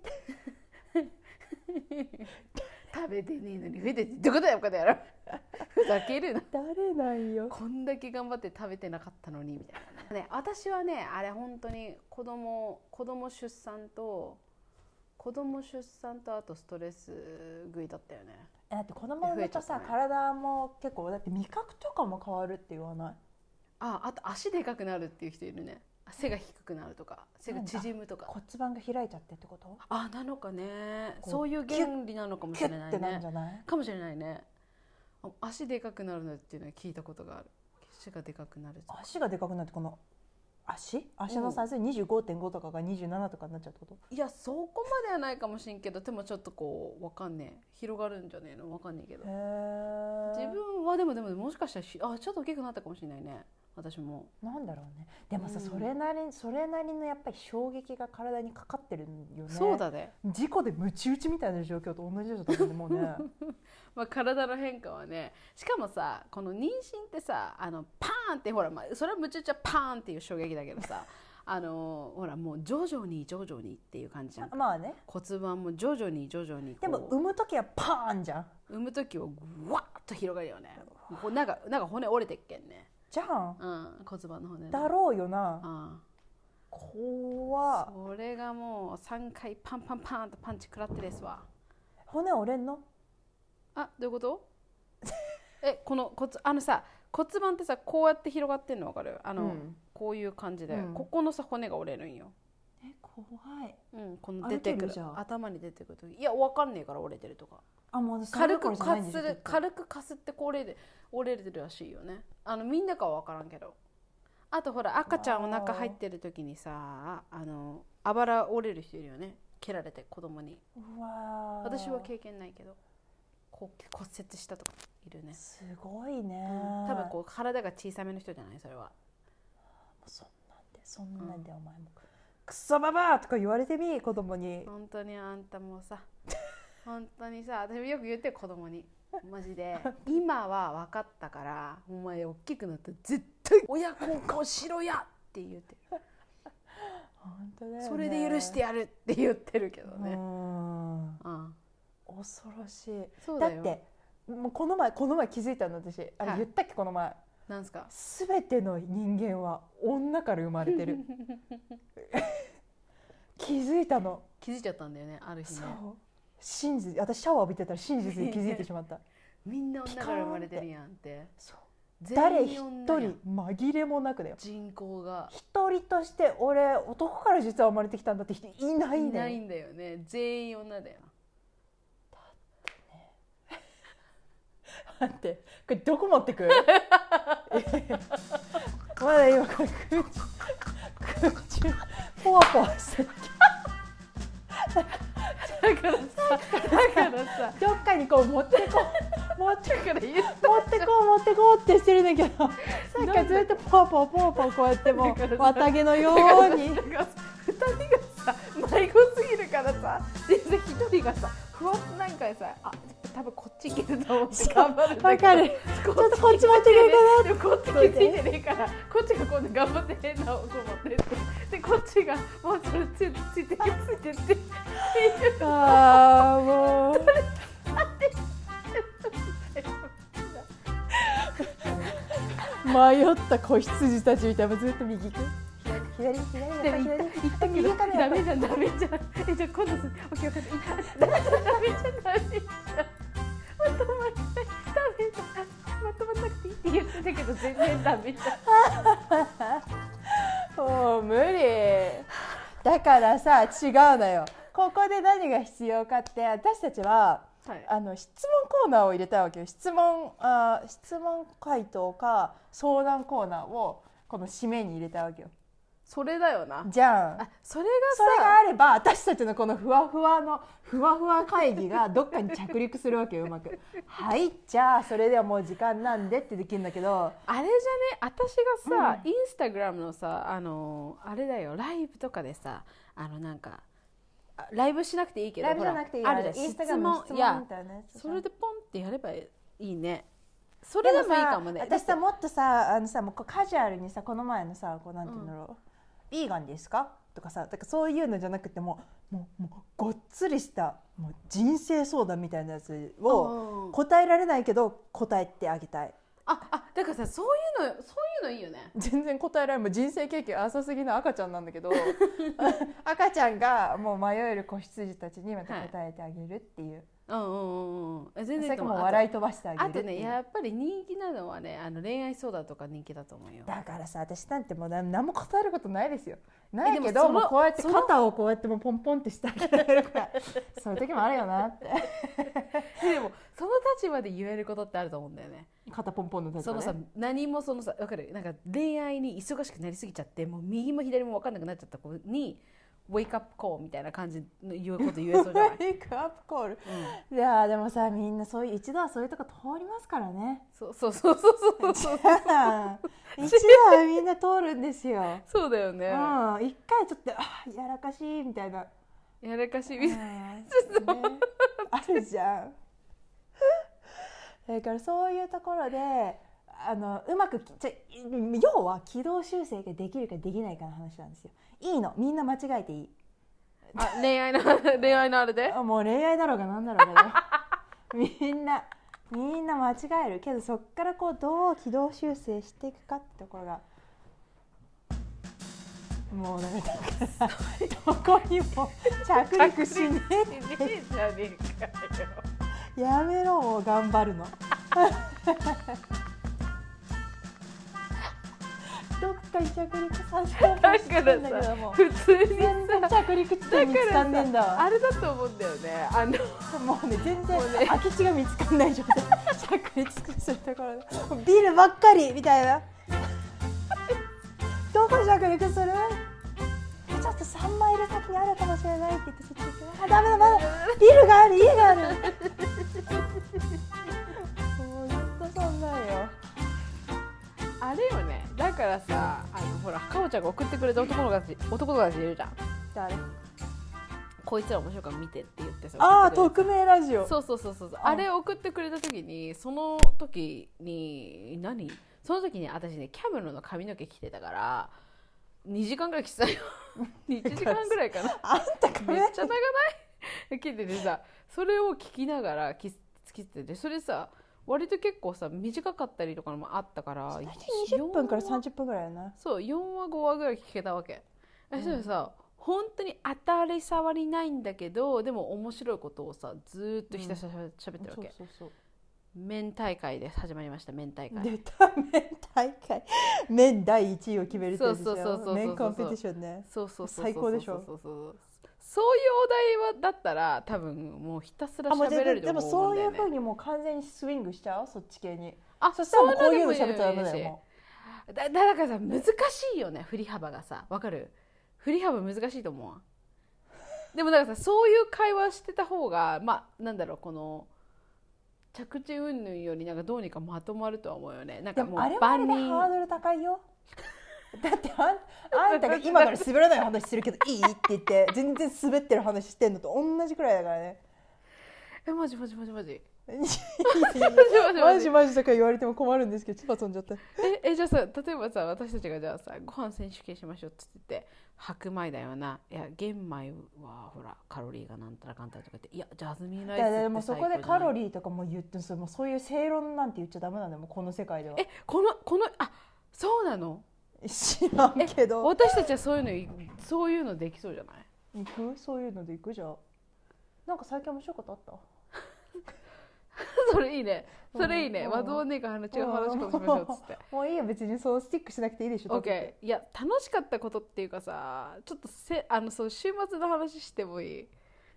食べてねえのに増えてってどこだよこれやろ。ふざけるな。 誰なんよ。 こんだけ頑張って食べてなかったのにみたいなね。私はねあれ本当に子供子供出産と子供出産とあとストレス食いだったよね。 だって子供産むとさ、ね、体も結構だって味覚とかも変わるって言わない？ ああと足でかくなるっていう人いるね。背が低くなるとか背が縮むとか骨盤が開いちゃってってこと？ あなのかね。そういう原理なのかもしれないね。キュッてなんじゃない？かもしれないね。足でかくなるのっていうのは聞いたことがある。足がでかくなる。 足がでかくなってこの足足のサイズ にじゅうごてんご とかがにじゅうななとかになっちゃうってこと？いやそこまではないかもしれんけど、でもちょっとこうわかんねえ広がるんじゃねえのわかんねえけど。へ自分はでもでももしかしたらあちょっと大きくなったかもしれないね。私もなんだろうね。でもさ、うん、それなりそれなりのやっぱり衝撃が体にかかってるよね。 そうだね。 事故でムチ打ちみたいな状況と同じでしょ多分ねもうね。 まあ体の変化はね。しかもさこの妊娠ってさあのパーンってほら、まあ、それはムチ打ちはパーンっていう衝撃だけどさあのほらもう徐々に徐々にっていう感じじゃん。 まあね。 骨盤も徐々に徐々にこう。 でも産む時はパーンじゃん。 産む時はぐわっと広がるよね。こうなんかなんか骨折れてっけんね。 じゃん、 うん、骨盤の骨だろうよな。 ああ怖っ。 それがもうさんかいパンパンパンとパンチ食らってですわ。 骨折れんの？ あどういうことえこの骨あのさ骨盤ってさこうやって広がってんの分かる？あの、うん、こういう感じで、うん、ここのさ骨が折れるんよ。 え怖い。 うん、この出てくる頭に出てくる。いや分かんねえから折れてるとか。 あもう軽くかする軽くかすってこれで折れてるらしいよね。あのみんなかは分からんけど。あとほら赤ちゃんお腹入ってる時にさあのあばら折れる人いるよね。蹴られて子供に。 うわ私は経験ないけどこう骨折したとかいるね。 すごいね、 うん、多分こう体が小さめの人じゃないそれは。 そんなんでそんなんでお前も、うん、クソババアとか言われてみ子供に。 本当にあんたもさ本当にさ私もよく言って子供にマジで今は分かったからお前大きくなったら絶対親孝行しろやって言ってる。 本当だよね。 それで許してやるって言ってるけどね。 うんうん恐ろしい。 そうだよ。 だってもうこの前この前気づいたの私あれ言ったっけ、はい、この前なんすか。 全ての人間は女から生まれてる気づいたの。 気づいちゃったんだよねある日ね。 そう真実私シャワー浴びてたら真実に気づいてしまったみんな女から生まれてるやんって。そう誰一人紛れもなくだよ。 人口が一人として俺男から実は生まれてきたんだって人いないんだよ。 いないんだよね。全員女だよ。 だってね待ってこれどこ持ってくまだ今これ空中空中ポワポワしてるだからさだからさどっかにこう持ってこう持ってから言って持ってこう持ってこうってしてるんだけどさっきからずっとポワポワポワポワこうやってもう綿毛のようにふたりがさ迷子すぎるからさでひとりがさふわっとなんかさあ多分こっち行けると思って頑張るんだけど。わかる。ちょっとこっち持ってくれかな。でもこっち気づいてねえからこっちが今度頑張って変な音持ってってでこっちがもうそれついてついてついてってああもう迷った子羊たちみたいなずっと右行く左左左でも言ったけどダメじゃんダメじゃん。えじゃあ今度すオッケーオッケーダメじゃんダメじゃんダメじゃんまとまらないダメじゃんまとまらなくていいって言ってたけど全然ダメじゃんもう無理だからさ違うのよ。 ここで何が必要かって私たちは、はい、あの質問コーナーを入れたいわけよ。質問あ質問回答か相談コーナーをこの締めに入れたいわけよ。 それだよな。 じゃん。 あ、それがさ、 それがあれば私たちのこのふわふわのふわふわ会議がどっかに着陸するわけよ。うまくはいじゃあそれではもう時間なんでってできるんだけど、 あれじゃね、私がさ、うん、インスタグラムのさあのあれだよ、ライブとかでさ、あのなんかライブしなくていいけど、 ライブじゃなくていいあるじゃん、インスタグラムの質問みたいなやつ。それでポンってやればいいね。それでもいいかもね。 私さもっとさあのさもうカジュアルにさ、この前のさこうなんていうんだろう、うん、ビーガンですかとかさ、だからそういうのじゃなくてももう、もうごっつりしたもう人生相談みたいなやつを答えられないけど答えてあげたい。 ああ、だからさ、そういうのそういうのいいよね。 全然答えられない、もう人生経験浅すぎの赤ちゃんなんだけど赤ちゃんがもう迷える子羊たちにまた答えてあげるっていう、はい、うんうんうん、全然それかもう笑い飛ばしてあげる。 あとね、やっぱり人気なのはね、あの恋愛相談とか人気だと思うよ。 だからさ、私なんてもう何も答えることないですよ。ないけどもうこうやって肩をこうやってもポンポンってしてあげられるからそういう時もあるよなってでもその立場で言えることってあると思うんだよね。 肩ポンポンの立場ね。 そのさ、何もそのさ、分かる、なんか恋愛に忙しくなりすぎちゃってもう右も左も分かんなくなっちゃった子にウェイクアップコールみたいな感じの言うこと言えそうじゃないウェイクアップコール、うん、いやでもさ、みんなそういう一度はそういうとこ通りますからね。 そうそうそうそうそうそう一度はみんな通るんですよ。 そうだよね。 うん、一回ちょっとあやらかしいみたいな、 やらかしいみたいな、ね、 あるじゃんだからそういうところであのうまくちょ要は軌道修正ができるかできないかの話なんですよ。いいの、みんな間違えていい。 あ、恋愛の恋愛のあれでもう恋愛だろうがなんだろうがみんなみんな間違えるけど、そっからこうどう軌道修正していくかってところがもうなんかだからどこにも着陸しねえってじゃねえかよ。 やめろもう頑張るのどっかに着陸させようとしてるんだけども普通に全然着陸地点見つかんねえんだわ。 あれだと思うんだよね。あのもうね全然ね空き地が見つかんない状態着陸するところでビルばっかりみたいなどこ着陸する？ちょっとさんマイル先にあるかもしれないって言ってそっち行く。あ、ダメだ、まだビルがある、家があるもうずっとそんなんよ。 あれよね。だからさ、あのほらかおちゃんが送ってくれた男の子たち男の子たちいるじゃん。 誰？ こいつら面白いから見てって言ってさ。 ああ、匿名ラジオ。 そうそうそうそう。あれ送ってくれた時に、その時に何？その時に私ね、キャメロの髪の毛切ってたからにじかんぐらい切ってたよいちじかんぐらいかなあんた髪めっちゃ長ない切っててさ、それを聞きながら切ってて、それさ割と結構さ短かったりとかもあったからにじゅっぷんからさんじゅっぷんぐらいやな。 そう、よんわごわぐらい聞けたわけ。うん、それさ本当に当たり障りないんだけど、でも面白いことをさずっとひたすら喋ってるわけ、うん、そうそうそう。麺大会で始まりました。麺大会出た。麺大会麺だいいちいを決めるってやつでしょ。麺コンペティションね。 そうそうそう、 最高でしょ。 そうそうそう、そういうお題はだったら多分もうひたすら喋れると思うんだよね。 でもそういう風にもう完全にスイングしちゃう、そっち系に。あ、そしたらもうこういうの喋ったらダメだよ。もうだ, だからさ難しいよね、振り幅がさ。わかる？振り幅難しいと思う。でもだからさ、そういう会話してた方がまあなんだろう、この着地云々よりなんかどうにかまとまるとは思うよね。なんかもうあれはあれでハードル高いよだってあ ん, あんたが今から滑らない話するけどいいって言って全然滑ってる話してんのと同じくらいだからね。 え、マジマジマジマジマジマジとか言われても困るんですけど、ちょっと飛んじゃった。 ええ、じゃあさ、例えばさ、私たちがじゃあさご飯選手権しましょうって言って白米だよな、いや玄米はほらカロリーがなんたらかんたらとか言って、いやジャズミンライスって最高じゃない。 でもそこでカロリーとかも言ってそ, もうそういう正論なんて言っちゃダメなんだよ、もうこの世界では。 え、このこのあそうなの？ 知らんけど私たちはそういうのそういうのできそうじゃない？ 行く？そういうので行くじゃん。なんか最近面白いことあったそれいいね、それいいね。和道ねえか話違う話をしましょうっつってもういいよ、別にそうスティックしなくていいでしょ。 OK。 いや楽しかったことっていうかさ、ちょっとせあのそう週末の話してもいい？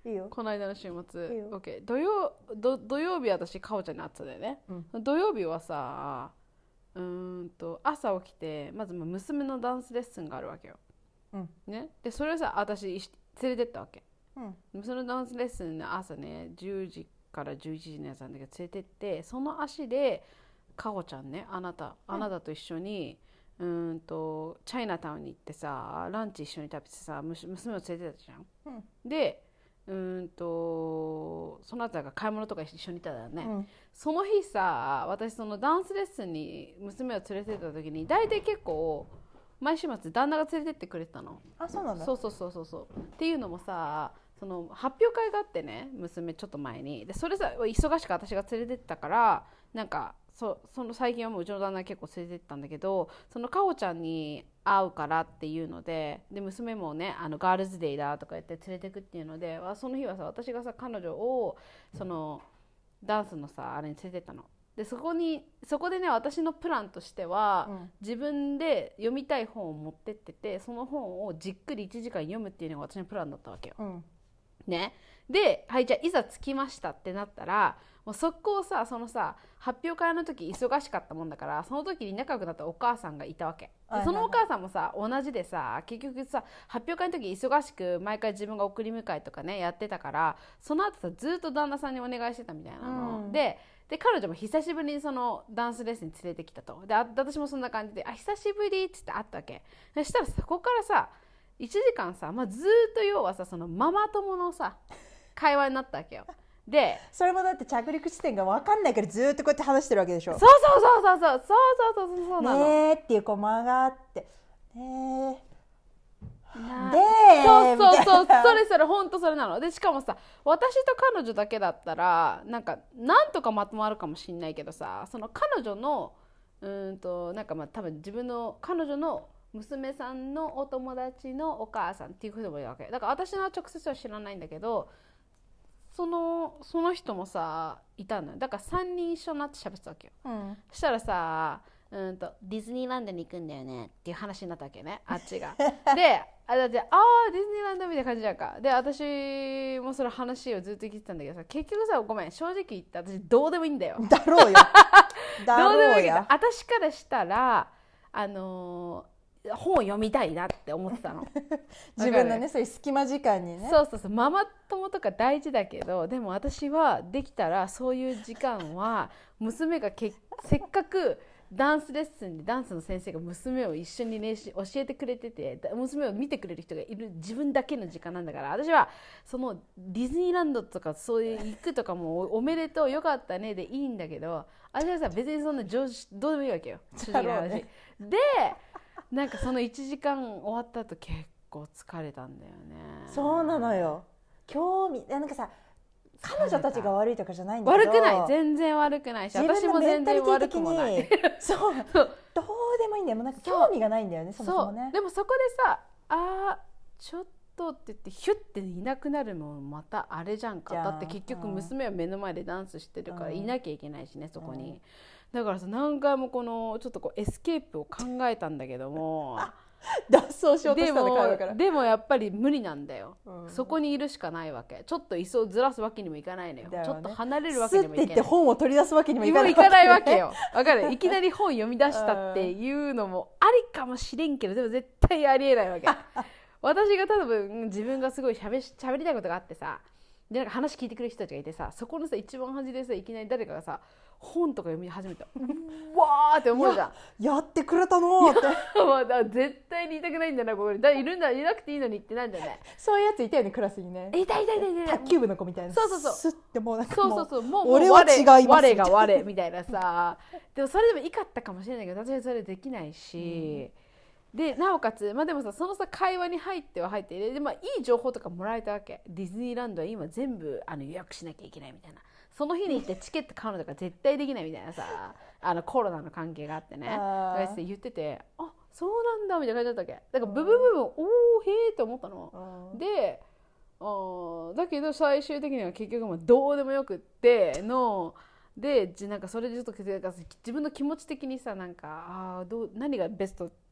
いいよ。 この間の週末。 いいよ。 OK。土曜、ど土曜日私、かおちゃんに会ってたんだよね。うん、土曜日はさ、うーんと朝起きてまず娘のダンスレッスンがあるわけよ。うんね、でそれをさ私連れてったわけ。うん、娘のダンスレッスンの朝ねじゅうじからじゅういちじのやつなんだけど連れてってその足でかほちゃんねあなたあなたと一緒に、うん、うんとチャイナタウンに行ってさランチ一緒に食べてさ娘を連れてったじゃん。うん、でうんとその後が買い物とか一緒に行ったんだよね。うん、その日さ私そのダンスレッスンに娘を連れてった時に大体結構毎週末旦那が連れてってくれてたの。 あ、そうなんだ。 そうそうそうそうそうっていうのもさその発表会があってね娘ちょっと前にでそれさ忙しく私が連れてったからなんか そ, その最近はもううちの旦那結構連れてったんだけどそのかほちゃんに会うからっていうのでで娘もねあのガールズデイだとか言って連れてくっていうのでその日はさ私がさ彼女をそのダンスのさあれに連れてったの。でそこにそこでね私のプランとしては、うん、自分で読みたい本を持ってっててその本をじっくりいちじかん読むっていうのが私のプランだったわけよ。うんね、で、はい、じゃあいざ着きましたってなったらもう速攻さそのさ発表会の時忙しかったもんだからその時に仲良くなったお母さんがいたわけでそのお母さんもさ同じでさ結局さ発表会の時忙しく毎回自分が送り迎えとかねやってたからその後さずっと旦那さんにお願いしてたみたいなの、うん、でで彼女も久しぶりにそのダンスレッスンに連れてきたとで私もそんな感じであ久しぶりっつって会ったわけそしたらそこからさいちじかんさ、まあ、ずっと要はさそのママ友のさ会話になったわけよ。でそれもだって着陸地点が分かんないからずっとこうやって話してるわけでしょ。 そうそうそうそうそうそうそうそうそうなの。 ねーっていうコマがあってねーでそうそうそうそれそれ本当それなの。でしかもさ私と彼女だけだったらなんかなんとかまとまるかもしれないけどさその彼女のうーんとなんかまあ多分自分の彼女の娘さんのお友達のお母さんっていう人もいるわけだから私の直接は知らないんだけどそのその人もさいたのよ。だからさんにん一緒になって喋ってたわけよ、うん、そしたらさうんとディズニーランドに行くんだよねっていう話になったわけねあっちがであだってあーディズニーランドみたいな感じじゃんか。で私もその話をずっと聞いてたんだけどさ結局さごめん正直言って私どうでもいいんだよだろうよだろうよどうでもいいんだ私からしたらあのー本を読みたいなって思ってたの自分のねそういう隙間時間にねそうそうそうママ友とか大事だけどでも私はできたらそういう時間は娘がけせっかくダンスレッスンでダンスの先生が娘を一緒に、ね、教えてくれてて娘を見てくれる人がいる自分だけの時間なんだから私はそのディズニーランドとかそういう行くとかもおめでとうよかったねでいいんだけど私はさ別にそんな上司どうでもいいわけよ正直な話、ね、でなんかそのいちじかん終わった後結構疲れたんだよね。 そうなのよ興味なんかさ彼女たちが悪いとかじゃないんだけど悪くない全然悪くないし私も全然悪くもないそうどうでもいいんだよもうなんか興味がないんだよねそもそもね。 でもそこでさあちょっとって言ってヒュッていなくなるもんまたあれじゃんかだって結局娘は目の前でダンスしてるからいなきゃいけないしねそこに、うんだからさ何回もこのちょっとこうエスケープを考えたんだけども脱走しようとしたの会話からでもやっぱり無理なんだよ、うん、そこにいるしかないわけちょっと椅子をずらすわけにもいかないのよ、ね、ちょっと離れるわけにもいかないスッて言って本を取り出すわけにもいかない、 ね、いかないわけよわかるいきなり本読み出したっていうのもありかもしれんけどでも絶対ありえないわけ私が多分自分がすごいしゃべしゃべりたいことがあってさでなんか話聞いてくれる人たちがいてさそこのさ一番端でさいきなり誰かがさ本とか読み始めたうわーって思うじゃん や, やってくれたのってだ絶対に言いたくないんだなここにだいるんだいなくていいのにってなんだよねそういうやついたよねクラスにねいたいたいたいた卓球部の子みたいなそうそうそうスッてもうなんかそうそうそうもう俺は違います我が我みたいなさでもそれでもいいかったかもしれないけど私はそれできないし、うん、でなおかつ、まあ、でもさそのさ会話に入っては入ってで、まあ、いい情報とかもらえたわけディズニーランドは今全部あの予約しなきゃいけないみたいなその日に行ってチケット買うのとか絶対できないみたいなさあのコロナの関係があってね言っててあそうなんだみたいな感じだったわけだからブブブブおーへーって思ったのであだけど最終的には結局もうどうでもよくってのでなんかそれでちょっと自分の気持ち的にさなんかあどう何がベスト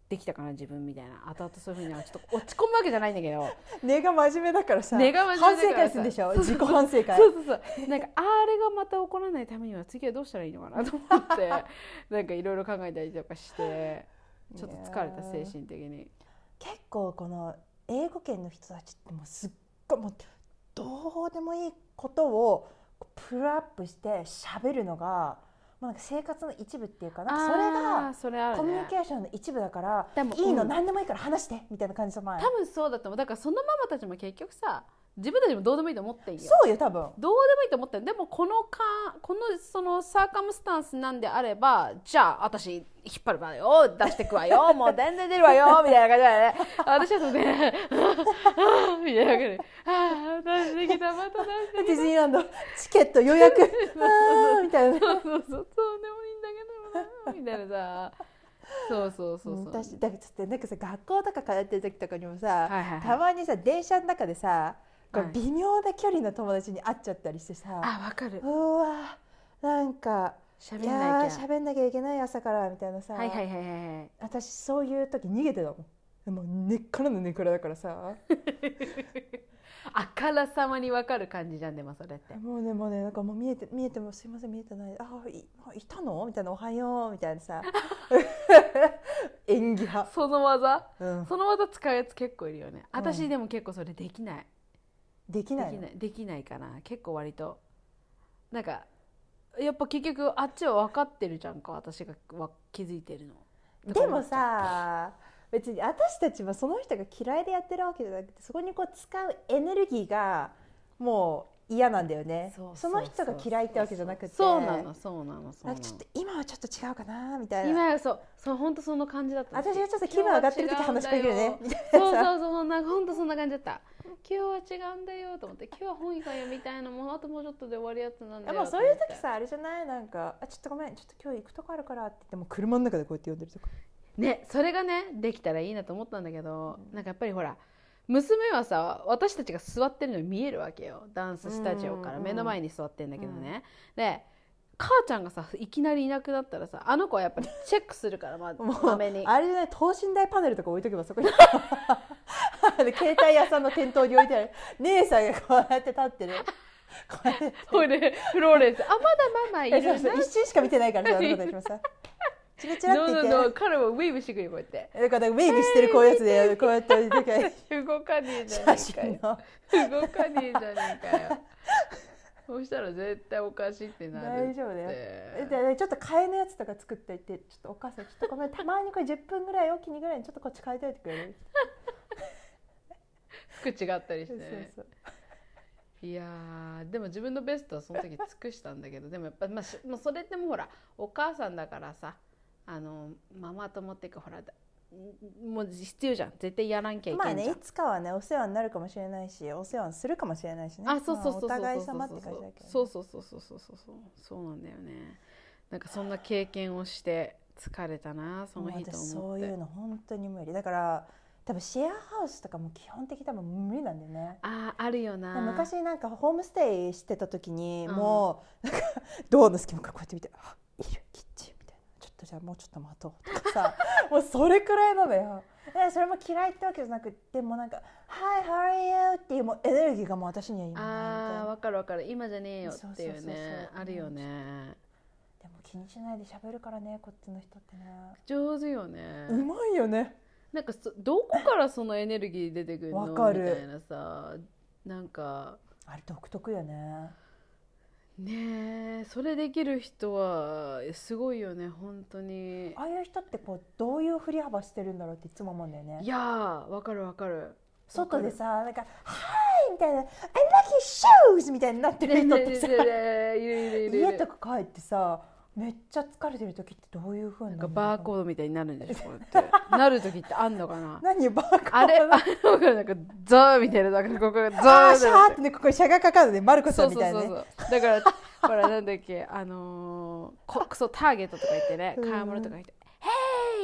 できたかな自分みたいな、後々そういうふうにはちょっと落ち込むわけじゃないんだけど根が真面目だからさ、 根が真面目だからさ反省会するんでしょ、自己反省会。 そうそうそう、なんかあれがまた起こらないためには次はどうしたらいいのかなと思ってなんかいろいろ考えたりとかしてちょっと疲れた精神的に。 結構この英語圏の人たちってもうすっごいもうどうでもいいことをプルアップして喋るのがもうなんか生活の一部っていうか、なんかそれがコミュニケーションの一部だから、いいの、何でもいいから話してみたいな感じの前。 多分そうだと思う。だからそのママたちも結局さ、自分たちもどうでもいいと思ってんよ。 そうよ、多分どうでもいいと思ってん。でもこのかこのそのサーカムスタンスなんであれば、じゃあ私引っ張るわよ、出してくわよ、もう全然出るわよみたいな感じだよね。私はそうねみたいな感じで、ああ出してきた、また出してきた、 ディズニーランドチケット予約あみたいな、 そうそうそう、そうでもいいんだけどなみたいなさ。そうそうそうそう。 私だからなんかさ、学校とか通ってる時とかにもさ、 はいはいはい、 たまにさ電車の中でさ、こう微妙な距離の友達に会っちゃったりしてさ、 あ、わかる。 うわなんか喋んなきゃ喋んなきゃいけない朝からみたいなさ、 はいはいはいはい、 私そういう時逃げてたもん。もう根っからの根っからだからさあからさまに分かる感じじゃん。でもそれってもうねもうねなんかもう見えて見えてもすいません見えてない、あ い, いたのみたいな、おはようみたいなさ演技派。 その技、 うん、 その技使うやつ結構いるよね。私でも結構それできない、 できない、 できないできないかな。結構割となんかやっぱ結局あっちは分かってるじゃんか、私が気づいてるの。 でもさ別に私たちはその人が嫌いでやってるわけじゃなくて、そこにこう使うエネルギーがもう嫌なんだよね。その人が嫌いってわけじゃなくて、 そうなのそうなのそうなの。 ちょっと今はちょっと違うかなみたいな。 今はそうそう本当その感じだった。 私がちょっと気分上がってる時話しかけるねみたいな。 そうそうそう、なんか本当そんな感じだった。今日は違うんだよと思って、今日は本意がよみたいな、もうあともうちょっとで終わるやつなんだよ。 でもそういう時さ、あれじゃない、なんかあちょっとごめん、ちょっと今日行くとこあるからって言っても車の中でこうやって呼んでるとかね、それがねできたらいいなと思ったんだけど、うん、なんかやっぱりほら娘はさ、私たちが座ってるのに見えるわけよ、ダンススタジオから目の前に座ってんだけどね、うん、で母ちゃんがさいきなりいなくなったらさ、あの子はやっぱりチェックするから、まあ、まめにあれね、等身大パネルとか置いとけばそこに携帯屋さんの店頭に置いてある姉さんがこうやって立ってるこれフローレンス、あまだママいるな一瞬しか見てないからさ、あの子たちもさチラチラって言って、 no, no, no. 彼はウェーブしてくるよ、こうやってだからウェーブしてるこういうやつでこうやって置いてけ動かねえじゃねえかよ動かねえじゃねえかよそうしたら絶対おかしいってなるって。 大丈夫だよ。で、ね、ちょっと替えのやつとか作っていて、ちょっとお母さんちょっとごめん、たまにこれじゅっぷんぐらいおきにぐらいにちょっとこっち変えておいてくれる服違ったりしてね。そうそう、いやでも自分のベストはその時尽くしたんだけどでもやっぱ、まあ、もうそれってもうほらお母さんだからさ、あのママ友っていうかほらもう必要じゃん、絶対やらんきゃいけないじゃん。 まあね、いつかはねお世話になるかもしれないし、お世話するかもしれないしね。 あ、そうそうそうそう、 お互い様って感じだけど、ね、 そうそうそうそうそうそうそうそうなんだよね。なんかそんな経験をして疲れたなその日と思って。 そういうの本当に無理だから、多分シェアハウスとかも基本的多分無理なんだよね。 ああ、あるよな。 昔なんかホームステイしてた時に、うん、もうなんかドアの隙間からこうやって見て、あ、いるキッチンみたいな、ちょっとじゃあもうちょっと待とうとかさもうそれくらいなのよ。それも嫌いってわけじゃなくて、もうなんか「Hi, how are you?」っていうもうエネルギーがもう私には今ないみたいな。 あー、わかるわかる、今じゃねえよっていうね、あるよね。 でも気にしないで喋るからね、こっちの人ってね。 上手よね。 うまいよね。 なんかどこからそのエネルギー出てくるのみたいなさ、なんかあれ独特よね。 ねえ、それできる人はすごいよね本当に。 ああいう人ってこうどういう振り幅してるんだろうっていつも思うんだよね。 いやー、わかるわかる。 外でさ、なんか「はい」みたいな「I like your shoes」みたいになってる人ってさ、家とか帰ってさめっちゃ疲れてる時ってどういう風になるの？なんかバーコードみたいになるんでしょこうやってなる時ってあんのかな。 何バーコード？ あれ、あれなんかゾーみたいな、なんかここがゾーあーシャーってね、ここにシャがかかるね、マルコさんみたいなね。 そうそうそうそう。だからほらなんだっけ、あのー、こそうターゲットとか行ってね、買い物とか行って「ヘイ!」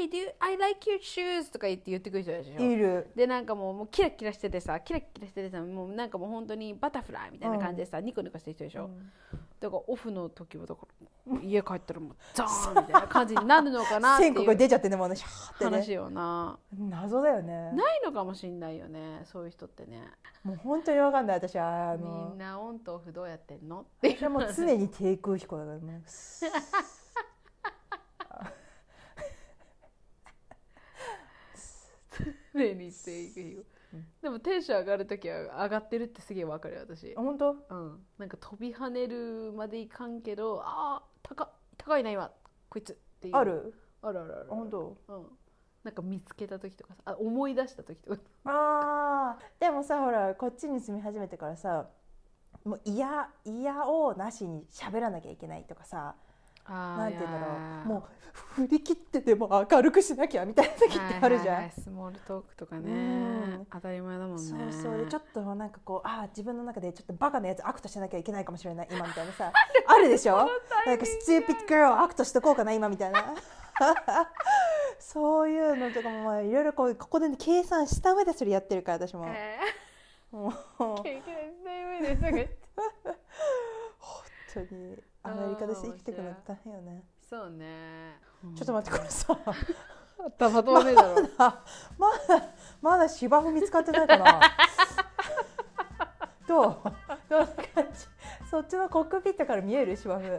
Hey, do you, I like your shoes とか言って言ってくる人でしょ。 いる。 でなんかもう、もうキラキラしててさ、キラキラしててさ、もうなんかもう本当にバタフライみたいな感じでさ、うん、ニコニコしてる人でしょ、うん、だからオフの時はだから家帰ったらもうザーンみたいな感じになるのかなっていう線が出ちゃってね、もうね、シャーってね、 話よな。 謎だよね。 ないのかもしれないよね、そういう人ってね。 もう本当に分かんない、私は。あのみんなオンとオフどうやってんのっていう。 私はもう常に低空飛行だからね。 常に低空飛行。でもテンション上がるときは上がってるってすげえわかるよ私。 本当？ うん。なんか飛び跳ねるまでいかんけど、ああ高高いな今こいつっていう。 ある？ あるあるある。 本当？ うん。なんか見つけた時とかさ、あ思い出した時とか。 ああ。でもさほらこっちに住み始めてからさ、もう嫌嫌をなしに喋らなきゃいけないとかさ。なんていうんだろう、もう振り切ってでも明るくしなきゃみたいな時ってあるじゃん、はいはいはい、 スモールトークとかね、うん、当たり前だもんね。 そうそうでちょっとなんかこうあ自分の中でちょっとバカなやつアクトしなきゃいけないかもしれない今みたいなさあるでしょなんかスチューピッド・ギャルアクトしとこうかな今みたいなそういうのとかもいろいろこうここで、ね、計算した上でそれやってるから私も、えー、もう経験した上ですぐ本当にアメリカで生きてくのって大変よね。 そうね。 ちょっと待ってこれさ。 たまとまねえだろ。 まだまだまだ芝生見つかってないかな。どう？どんな感じ？そっちのコックピットから見える芝生。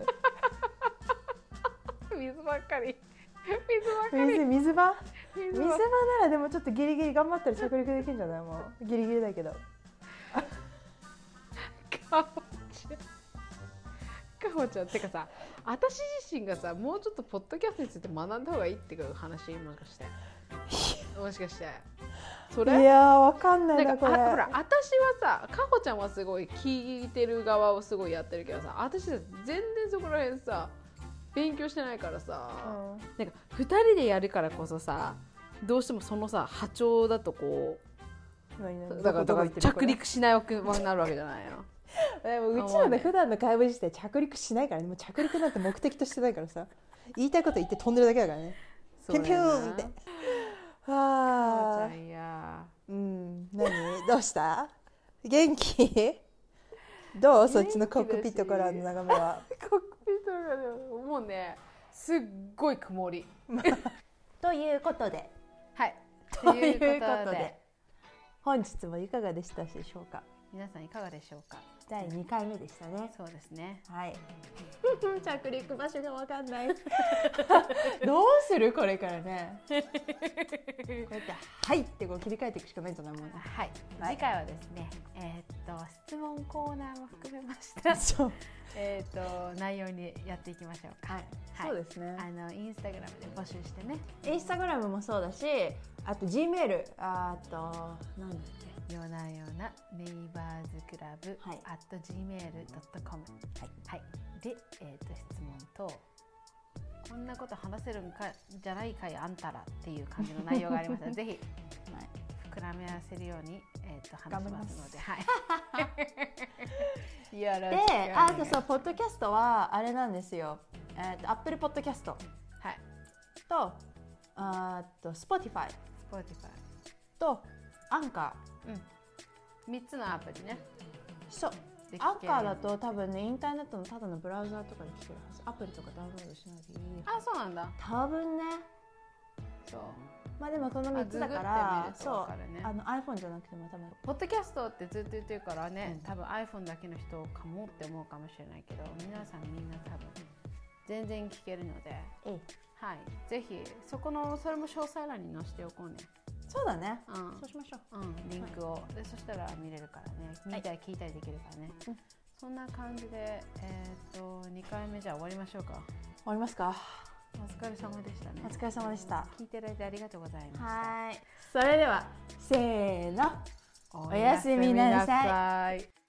水ばっかり。水ばっかり。 水水場？水場ならでもちょっとギリギリ頑張ったら着陸できるんじゃない？もうギリギリだけど。 かほちゃんってかさ、私自身がさもうちょっとポッドキャストについて学んだ方がいいっていう話もしかしてもしかしてそれいやーわかんないなこれ。 ほら私はさかほちゃんはすごい聞いてる側をすごいやってるけどさ、私全然そこら辺さ勉強してないからさ、うん、なんかふたりでやるからこそさどうしてもそのさ波長だとこうだからだから着陸しないわけになるわけじゃないの。 でもうちらの普段の会話自体着陸しないからね。もう着陸なんて目的としてないからさ言いたいこと言って飛んでるだけだからね。ピュンピューンってあーやうん何どうした元気どうそっちのコックピットからの眺めはコックピットからもうねすっごい曇りということではいということで本日もいかがでしたでしょうか。 皆さんいかがでしょうか。 だいにかいめでしたね。 そうですね。 はい。着陸場所がわかんない。どうするこれからね。こうやってはいってこう切り替えていくしかないんじゃないもんね。 はい。はい、次回はですね、えー、っと質問コーナーも含めましたそうえっと内容にやっていきましょうか。はい。 はい、そうですね。 あのインスタグラムで募集してね。 インスタグラムもそうだし、あと G メール、あとなんだっけ。 ようなようなネイバーズクラブ アットジーメールドットコム はい、はい、で、えー、と質問とこんなこと話せるんかじゃないかいあんたらっていう感じの内容がありますのでぜひ、はい、膨らみ合わせるように、えー、と話しますので、はい、よろしくお願いします。 で、あとそうポッドキャストはあれなんですよ、えー、と Apple ポッドキャスト、はい、とあと Spotify、 Spotify とアンカー、 うん、みっつのアプリね。 そうアンカーだと多分ねインターネットのただのブラウザーとかで聞けるはず。アプリとかダウンロードしないでいい。 あ、そうなんだ。 多分ね。そうまあでもこのみっつだからそう、ね、あの iPhone じゃなくても多分ポッドキャストってずっと言ってるからね、うん、多分 iPhone だけの人かもって思うかもしれないけど皆さんみんな多分全然聞けるので、ええ、はい、ぜひそこのそれも詳細欄に載せておこうね。 そうだね、 うん、 そうしましょう、 うん、リンクを、はい、でそしたら見れるからね、見たり聞いたりできるからね、はい、そんな感じで、えー、とにかいめじゃあ終わりましょうか。 終わりますか。 お疲れ様でしたね。 お疲れ様でした。 聞いていただいてありがとうございました。 はい、それではせーの、おやすみなさい。